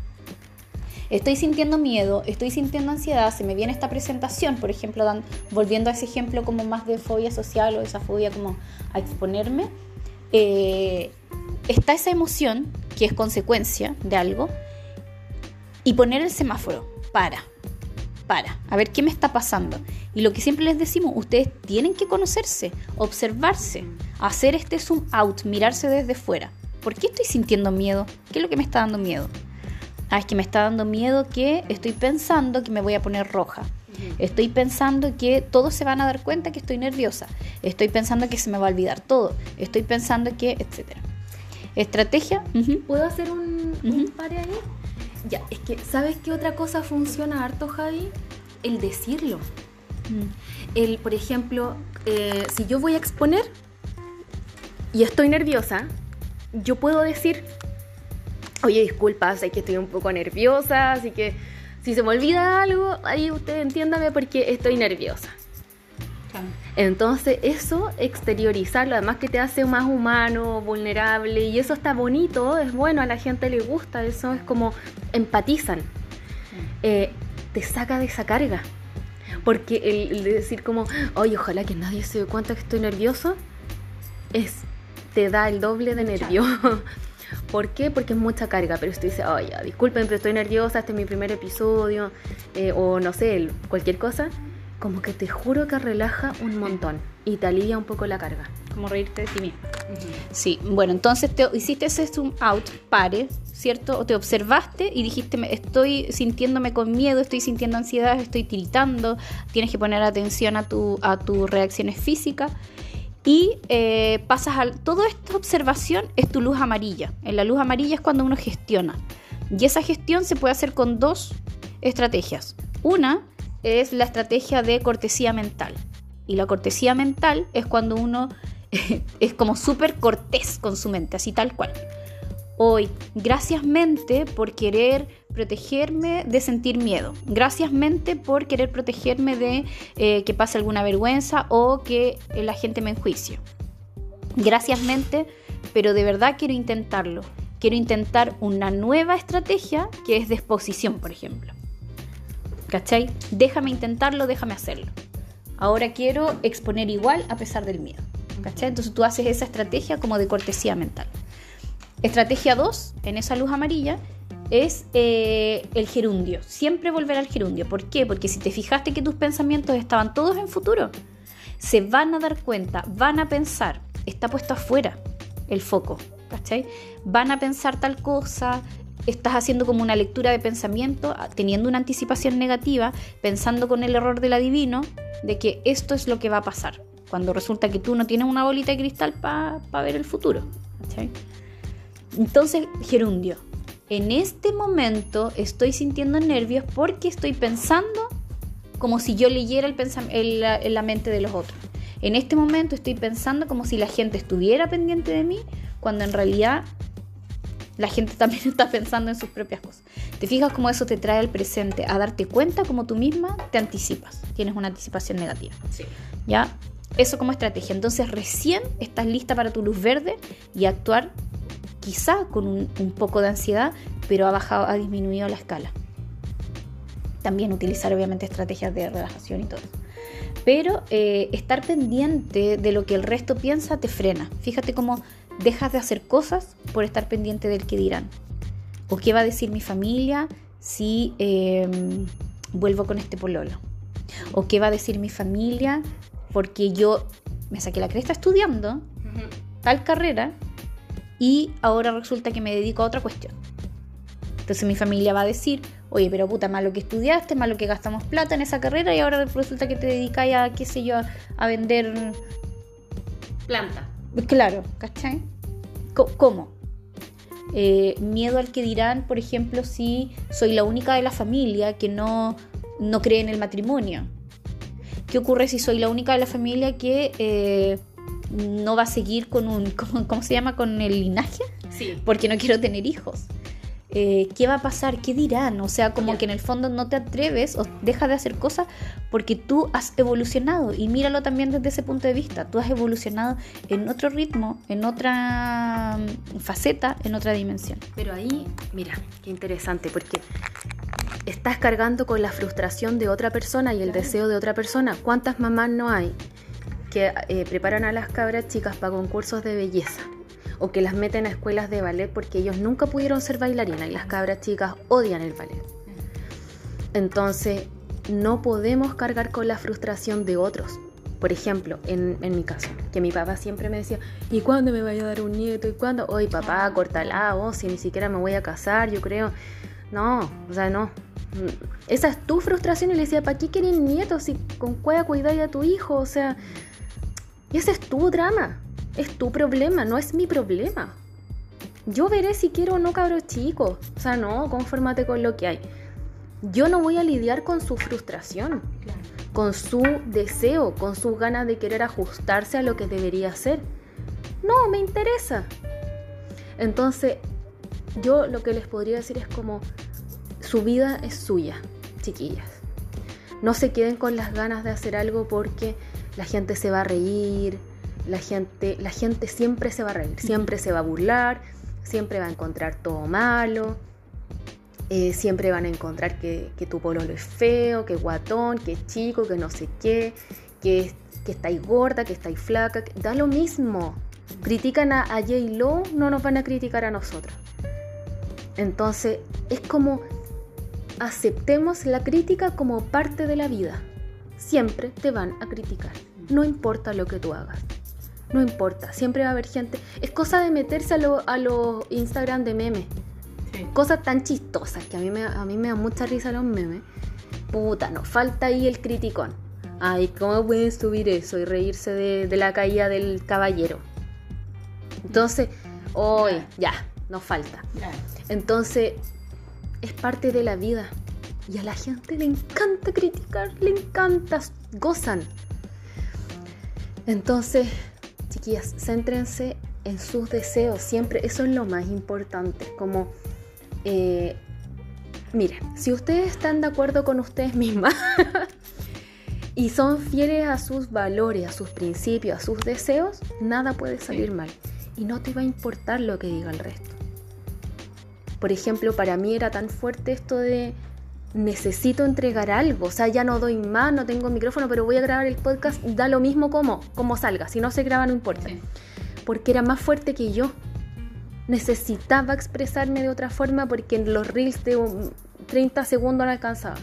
estoy sintiendo miedo, estoy sintiendo ansiedad, se me viene esta presentación, por ejemplo, dan, volviendo a ese ejemplo como más de fobia social o esa fobia como a exponerme, eh, está esa emoción que es consecuencia de algo y poner el semáforo, para, para, a ver qué me está pasando. Y lo que siempre les decimos, ustedes tienen que conocerse, observarse, hacer este zoom out, mirarse desde fuera. ¿Por qué estoy sintiendo miedo? ¿Qué es lo que me está dando miedo? Ah, es que me está dando miedo que estoy pensando que me voy a poner roja. Estoy pensando que todos se van a dar cuenta que estoy nerviosa. Estoy pensando que se me va a olvidar todo. Estoy pensando que, etcétera. Estrategia. Uh-huh. ¿Puedo hacer un, Uh-huh. un pare ahí? Ya, es que, ¿sabes qué otra cosa funciona harto, Javi? El decirlo. Mm. El, por ejemplo, eh, si yo voy a exponer y estoy nerviosa, yo puedo decir, oye, disculpa, sé que estoy un poco nerviosa, así que si se me olvida algo, ahí usted entiéndame porque estoy nerviosa. Claro. Entonces eso, exteriorizarlo, además que te hace más humano, vulnerable, y eso está bonito, es bueno, a la gente le gusta, eso es como empatizan, eh, te saca de esa carga, porque el, el de decir como, oye, ojalá que nadie se dé cuenta que estoy nervioso, es, te da el doble de nervio. ¿Por qué? Porque es mucha carga, pero si tú dices, oye, disculpen, pero estoy nerviosa, este es mi primer episodio, eh, o no sé, el, cualquier cosa, como que te juro que relaja un montón y te alivia un poco la carga. Como reírte de ti mismo. Uh-huh. Sí, bueno, entonces te hiciste ese zoom out, pare, ¿cierto? O te observaste y dijiste, estoy sintiéndome con miedo, estoy sintiendo ansiedad, estoy tiritando, tienes que poner atención a, tu, a tus reacciones físicas. Y eh, pasas a... Toda esta observación es tu luz amarilla. En la luz amarilla es cuando uno gestiona. Y esa gestión se puede hacer con dos estrategias. Una es la estrategia de cortesía mental. Y la cortesía mental es cuando uno es como súper cortés con su mente, así tal cual. Hoy, gracias mente por querer protegerme de sentir miedo. Gracias mente por querer protegerme de eh, que pase alguna vergüenza o que eh, la gente me enjuicie. Gracias mente, pero de verdad quiero intentarlo. Quiero intentar una nueva estrategia que es de exposición, por ejemplo. ¿Cachai? Déjame intentarlo, déjame hacerlo. Ahora quiero exponer igual a pesar del miedo. ¿Cachai? Entonces tú haces esa estrategia como de cortesía mental. Estrategia dos, en esa luz amarilla, es eh, el gerundio. Siempre volver al gerundio. ¿Por qué? Porque si te fijaste que tus pensamientos estaban todos en futuro, se van a dar cuenta, van a pensar, está puesto afuera el foco, ¿cachai? Van a pensar tal cosa, estás haciendo como una lectura de pensamiento, teniendo una anticipación negativa, pensando con el error del adivino, de que esto es lo que va a pasar, cuando resulta que tú no tienes una bolita de cristal para pa ver el futuro, ¿cachai? Entonces, gerundio. En este momento estoy sintiendo nervios porque estoy pensando como si yo leyera el pensam- el, la, en la mente de los otros. En este momento estoy pensando como si la gente estuviera pendiente de mí, cuando en realidad la gente también está pensando en sus propias cosas. ¿Te fijas cómo eso te trae al presente? A darte cuenta como tú misma te anticipas. Tienes una anticipación negativa. Sí. ¿Ya? Eso como estrategia. Entonces recién estás lista para tu luz verde y actuar quizá con un, un poco de ansiedad, pero ha bajado, ha disminuido la escala. También utilizar obviamente estrategias de relajación y todo eso. Pero eh, estar pendiente de lo que el resto piensa te frena. Fíjate cómo dejas de hacer cosas por estar pendiente del que dirán. ¿O qué va a decir mi familia si eh, vuelvo con este pololo? ¿O qué va a decir mi familia porque yo me saqué la cresta estudiando uh-huh. tal carrera y ahora resulta que me dedico a otra cuestión? Entonces mi familia va a decir, oye, pero puta, malo que estudiaste, malo que gastamos plata en esa carrera y ahora resulta que te dedicas a, qué sé yo, a vender planta. Claro, ¿cachai? ¿Cómo? Eh, miedo al que dirán, por ejemplo, si soy la única de la familia que no, no cree en el matrimonio. ¿Qué ocurre si soy la única de la familia que eh, no va a seguir con un, ¿cómo, cómo se llama? ¿Con el linaje? Sí. Porque no quiero tener hijos. eh, ¿qué va a pasar? ¿Qué dirán? O sea, como Ya. que en el fondo no te atreves o dejas de hacer cosas porque tú has evolucionado. Y míralo también desde ese punto de vista. Tú has evolucionado en otro ritmo, en otra mm, faceta, en otra dimensión. Pero ahí, mira, qué interesante, porque estás cargando con la frustración de otra persona y el Claro. deseo de otra persona. ¿Cuántas mamás no hay que eh, preparan a las cabras chicas para concursos de belleza? O que las meten a escuelas de ballet porque ellos nunca pudieron ser bailarinas y las cabras chicas odian el ballet. Entonces, no podemos cargar con la frustración de otros. Por ejemplo, en, en mi caso, que mi papá siempre me decía, ¿y cuándo me vaya a dar un nieto? ¿Y cuándo? Oye, papá, córtala, vos, si ni siquiera me voy a casar, yo creo. No, o sea, no. Esa es tu frustración. Y le decía, ¿para qué querés nietos si con cueva cuidáis a tu hijo? O sea, ese es tu drama. Es tu problema, no es mi problema. Yo veré si quiero o no cabros chicos. O sea, no, confórmate con lo que hay. Yo no voy a lidiar con su frustración, Claro. con su deseo, con sus ganas de querer ajustarse a lo que debería ser. No, me interesa. Entonces, yo lo que les podría decir es como, su vida es suya, chiquillas. No se queden con las ganas de hacer algo porque la gente se va a reír. La gente, la gente siempre se va a reír, siempre se va a burlar, siempre va a encontrar todo malo, eh, siempre van a encontrar que, que tu pololo es feo, que es guatón, que es chico, que no sé qué, que, que estáis gorda, que estáis flaca, que, da lo mismo. Critican a, a J-Lo, no nos van a criticar a nosotros. Entonces, es como aceptemos la crítica como parte de la vida. Siempre te van a criticar, no importa lo que tú hagas. No importa, siempre va a haber gente. Es cosa de meterse a los a lo Instagram de memes. Sí. Cosas tan chistosas que a mí, me, a mí me da mucha risa los memes. Puta, nos falta ahí el criticón. Ay, ¿cómo pueden subir eso y reírse de, de la caída del caballero? Entonces, hoy, ya, nos falta. Entonces, es parte de la vida. Y a la gente le encanta criticar, le encanta, gozan. Entonces, chiquillas, céntrense en sus deseos, siempre, eso es lo más importante, como, eh, miren, si ustedes están de acuerdo con ustedes mismas y son fieles a sus valores, a sus principios, a sus deseos, nada puede salir mal y no te va a importar lo que diga el resto. Por ejemplo, para mí era tan fuerte esto de necesito entregar algo, o sea, ya no doy más, no tengo micrófono, pero voy a grabar el podcast, da lo mismo como, como salga, si no se graba no importa, sí. Porque era más fuerte que yo, necesitaba expresarme de otra forma porque en los reels de treinta segundos no alcanzaba.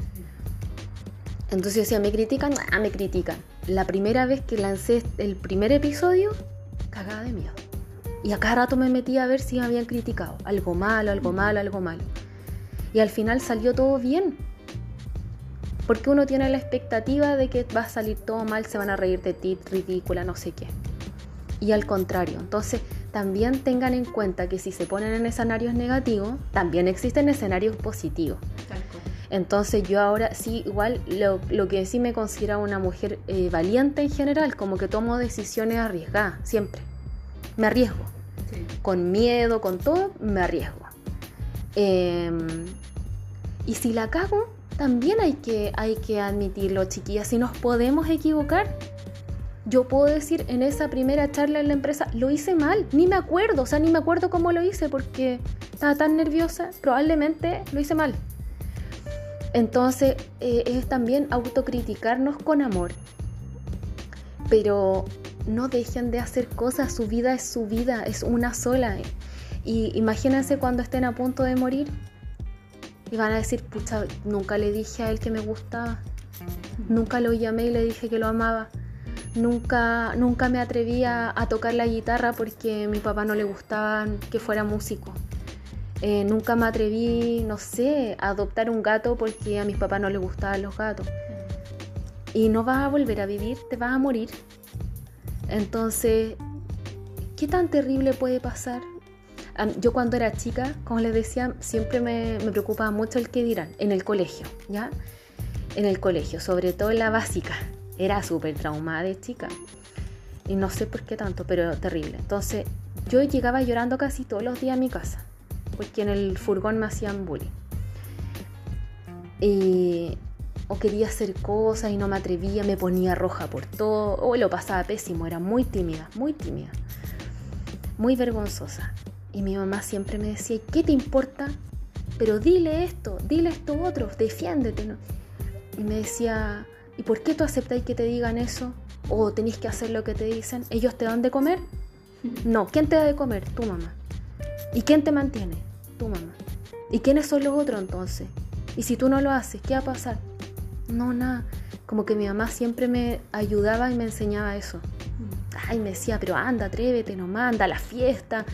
Entonces decía, ¿me critican? Ah, me critican. La primera vez que lancé el primer episodio, cagada de miedo, y a cada rato me metía a ver si me habían criticado, algo malo, algo malo, algo malo. Y al final salió todo bien. Porque uno tiene la expectativa de que va a salir todo mal, se van a reír de ti, ridícula, no sé qué. Y al contrario. Entonces, también tengan en cuenta que si se ponen en escenarios negativos, también existen escenarios positivos. Entonces, yo ahora sí, igual, lo, lo que sí me considero una mujer eh, valiente en general, como que tomo decisiones arriesgadas, siempre. Me arriesgo. Sí. Con miedo, con todo, me arriesgo. Eh, y si la cago, también hay que, hay que admitirlo, chiquillas, si nos podemos equivocar. Yo puedo decir, en esa primera charla en la empresa, lo hice mal, ni me acuerdo, o sea, ni me acuerdo cómo lo hice porque estaba tan nerviosa, probablemente lo hice mal. Entonces, eh, es también autocriticarnos con amor, pero no dejen de hacer cosas, su vida es su vida, es una sola. Y imagínense cuando estén a punto de morir y van a decir, pucha, nunca le dije a él que me gustaba, nunca lo llamé y le dije que lo amaba, nunca, nunca me atreví a, a tocar la guitarra porque a mi papá no le gustaba que fuera músico, eh, nunca me atreví, no sé, a adoptar un gato porque a mis papás no les gustaban los gatos. Y no vas a volver a vivir, te vas a morir. Entonces, ¿qué tan terrible puede pasar? Yo cuando era chica, como les decía, siempre me, me preocupaba mucho el qué dirán en el colegio, ¿ya? En el colegio, sobre todo en la básica. Era súper traumada de chica. Y no sé por qué tanto, pero terrible. Entonces, yo llegaba llorando casi todos los días a mi casa. porque en el furgón me hacían bullying. Y, o quería hacer cosas y no me atrevía, me ponía roja por todo, o lo pasaba pésimo, era muy tímida, muy tímida, muy vergonzosa. Y mi mamá siempre me decía, ¿qué te importa? Pero dile esto, dile esto otro, defiéndete, ¿no? Y me decía, ¿y por qué tú aceptáis que te digan eso? ¿O tenés que hacer lo que te dicen? ¿Ellos te dan de comer? No, ¿quién te da de comer? Tu mamá. ¿Y quién te mantiene? Tu mamá. ¿Y quiénes son los otros entonces? Y si tú no lo haces, ¿qué va a pasar? No, nada. Como que mi mamá siempre me ayudaba y me enseñaba eso. Ay, me decía, pero anda, atrévete nomás, anda a la fiesta.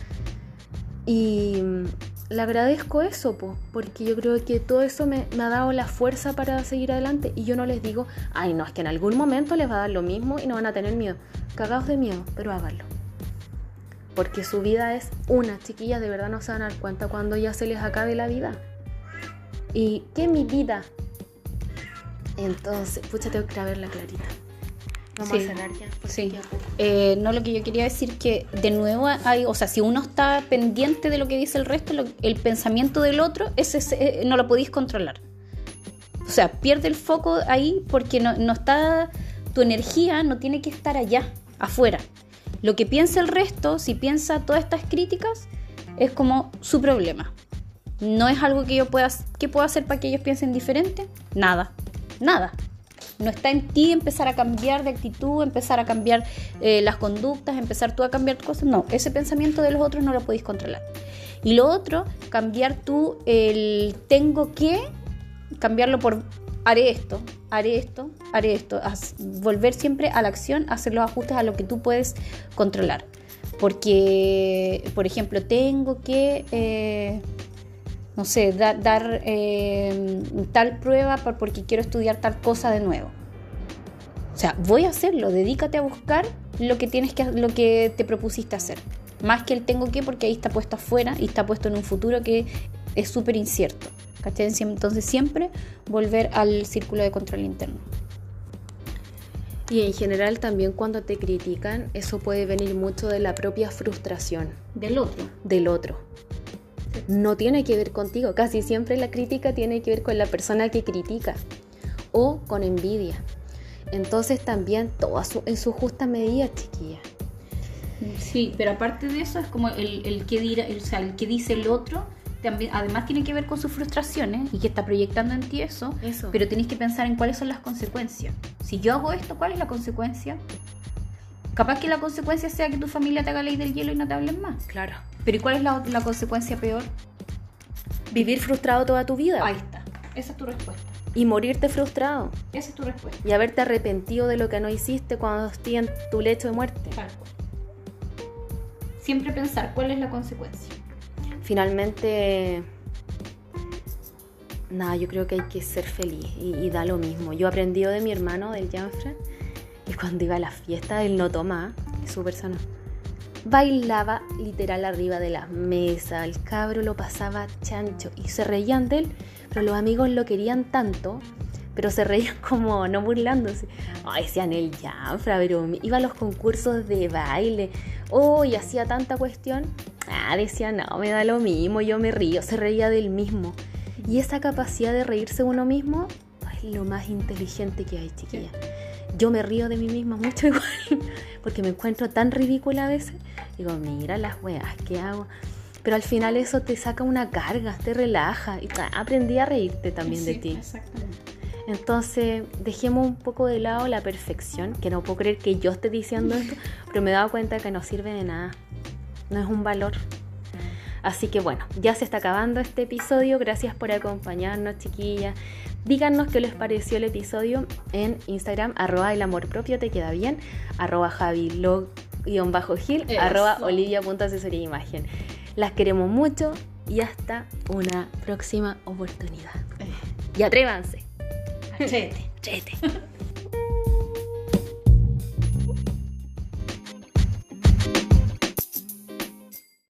Y le agradezco eso, po, porque yo creo que todo eso me, me ha dado la fuerza para seguir adelante. Y yo no les digo, ay, no, es que en algún momento les va a dar lo mismo y no van a tener miedo. Cagados de miedo, pero háganlo. Porque su vida es una, chiquillas, de verdad no se van a dar cuenta cuando ya se les acabe la vida. ¿Y qué mi vida? Entonces, pucha, tengo que ir a verla clarita. Vamos Sí, a cerrar ya. sí. Eh, no, lo que yo quería decir que de nuevo hay, o sea, si uno está pendiente de lo que dice el resto, lo, el pensamiento del otro, ese, ese no lo podéis controlar. O sea, pierde el foco ahí porque no, no está, tu energía no tiene que estar allá, afuera. Lo que piensa el resto, si piensa todas estas críticas, es como su problema. No es algo que yo pueda, ¿qué puedo hacer para que ellos piensen diferente? Nada, nada. No está en ti empezar a cambiar de actitud, empezar a cambiar eh, las conductas, empezar tú a cambiar cosas. No, ese pensamiento de los otros no lo podéis controlar. Y lo otro, cambiar tú el tengo que, cambiarlo por haré esto, haré esto, haré esto. Haz, volver siempre a la acción, hacer los ajustes a lo que tú puedes controlar. Porque, por ejemplo, tengo que... Eh, no sé, da, dar eh, tal prueba porque quiero estudiar tal cosa de nuevo. O sea, voy a hacerlo, dedícate a buscar lo que tienes que, lo que te propusiste hacer. Más que el tengo que, porque ahí está puesto afuera y está puesto en un futuro que es súper incierto. ¿Cachai? Entonces siempre volver al círculo de control interno. Y en general también cuando te critican, eso puede venir mucho de la propia frustración. Del otro. Del otro. No tiene que ver contigo, casi siempre la crítica tiene que ver con la persona que critica o con envidia. Entonces también todo en su justa medida, chiquilla. Sí, pero aparte de eso es como el, el, que, dirá, el, o sea, el que dice el otro, también, además tiene que ver con sus frustraciones y que está proyectando en ti eso, eso. Pero tienes que pensar en cuáles son las consecuencias. Si yo hago esto, ¿cuál es la consecuencia? Capaz que la consecuencia sea que tu familia te haga ley del hielo y no te hablen más. Claro. Pero ¿y cuál es la, la consecuencia peor? Vivir frustrado toda tu vida. Ahí está. Esa es tu respuesta. Y morirte frustrado. Esa es tu respuesta. Y haberte arrepentido de lo que no hiciste cuando estés en tu lecho de muerte. Tal cual. Siempre pensar cuál es la consecuencia. Finalmente, nada, yo creo que hay que ser feliz y, y da lo mismo. Yo aprendí de mi hermano, del Janfred, y cuando iba a la fiesta, él no toma, es súper sano. Bailaba literal arriba de la mesa, el cabro lo pasaba chancho y se reían de él, pero los amigos lo querían tanto, pero se reían como no burlándose. Ay, decían el Janfra, pero iba a los concursos de baile, oh, y hacía tanta cuestión. Ah, decía, no, me da lo mismo, yo me río, se reía del mismo. Y esa capacidad de reírse uno mismo es lo más inteligente que hay, chiquilla. Yo me río de mí misma mucho igual, porque me encuentro tan ridícula a veces. Digo, mira las weas que hago. Pero al final eso te saca una carga, te relaja. Y aprendí a reírte también sí, de ti. Exactamente. Entonces, dejemos un poco de lado la perfección, que no puedo creer que yo esté diciendo esto, pero me he dado cuenta que no sirve de nada. No es un valor. Así que bueno, ya se está acabando este episodio. Gracias por acompañarnos, chiquillas. Díganos qué les pareció el episodio en Instagram, arroba el amor propio te queda bien, arroba javilog-gil, arroba olivia.asesoría imagen. Las queremos mucho y hasta una próxima oportunidad. Y atrévanse. Atrévete. Atrévete.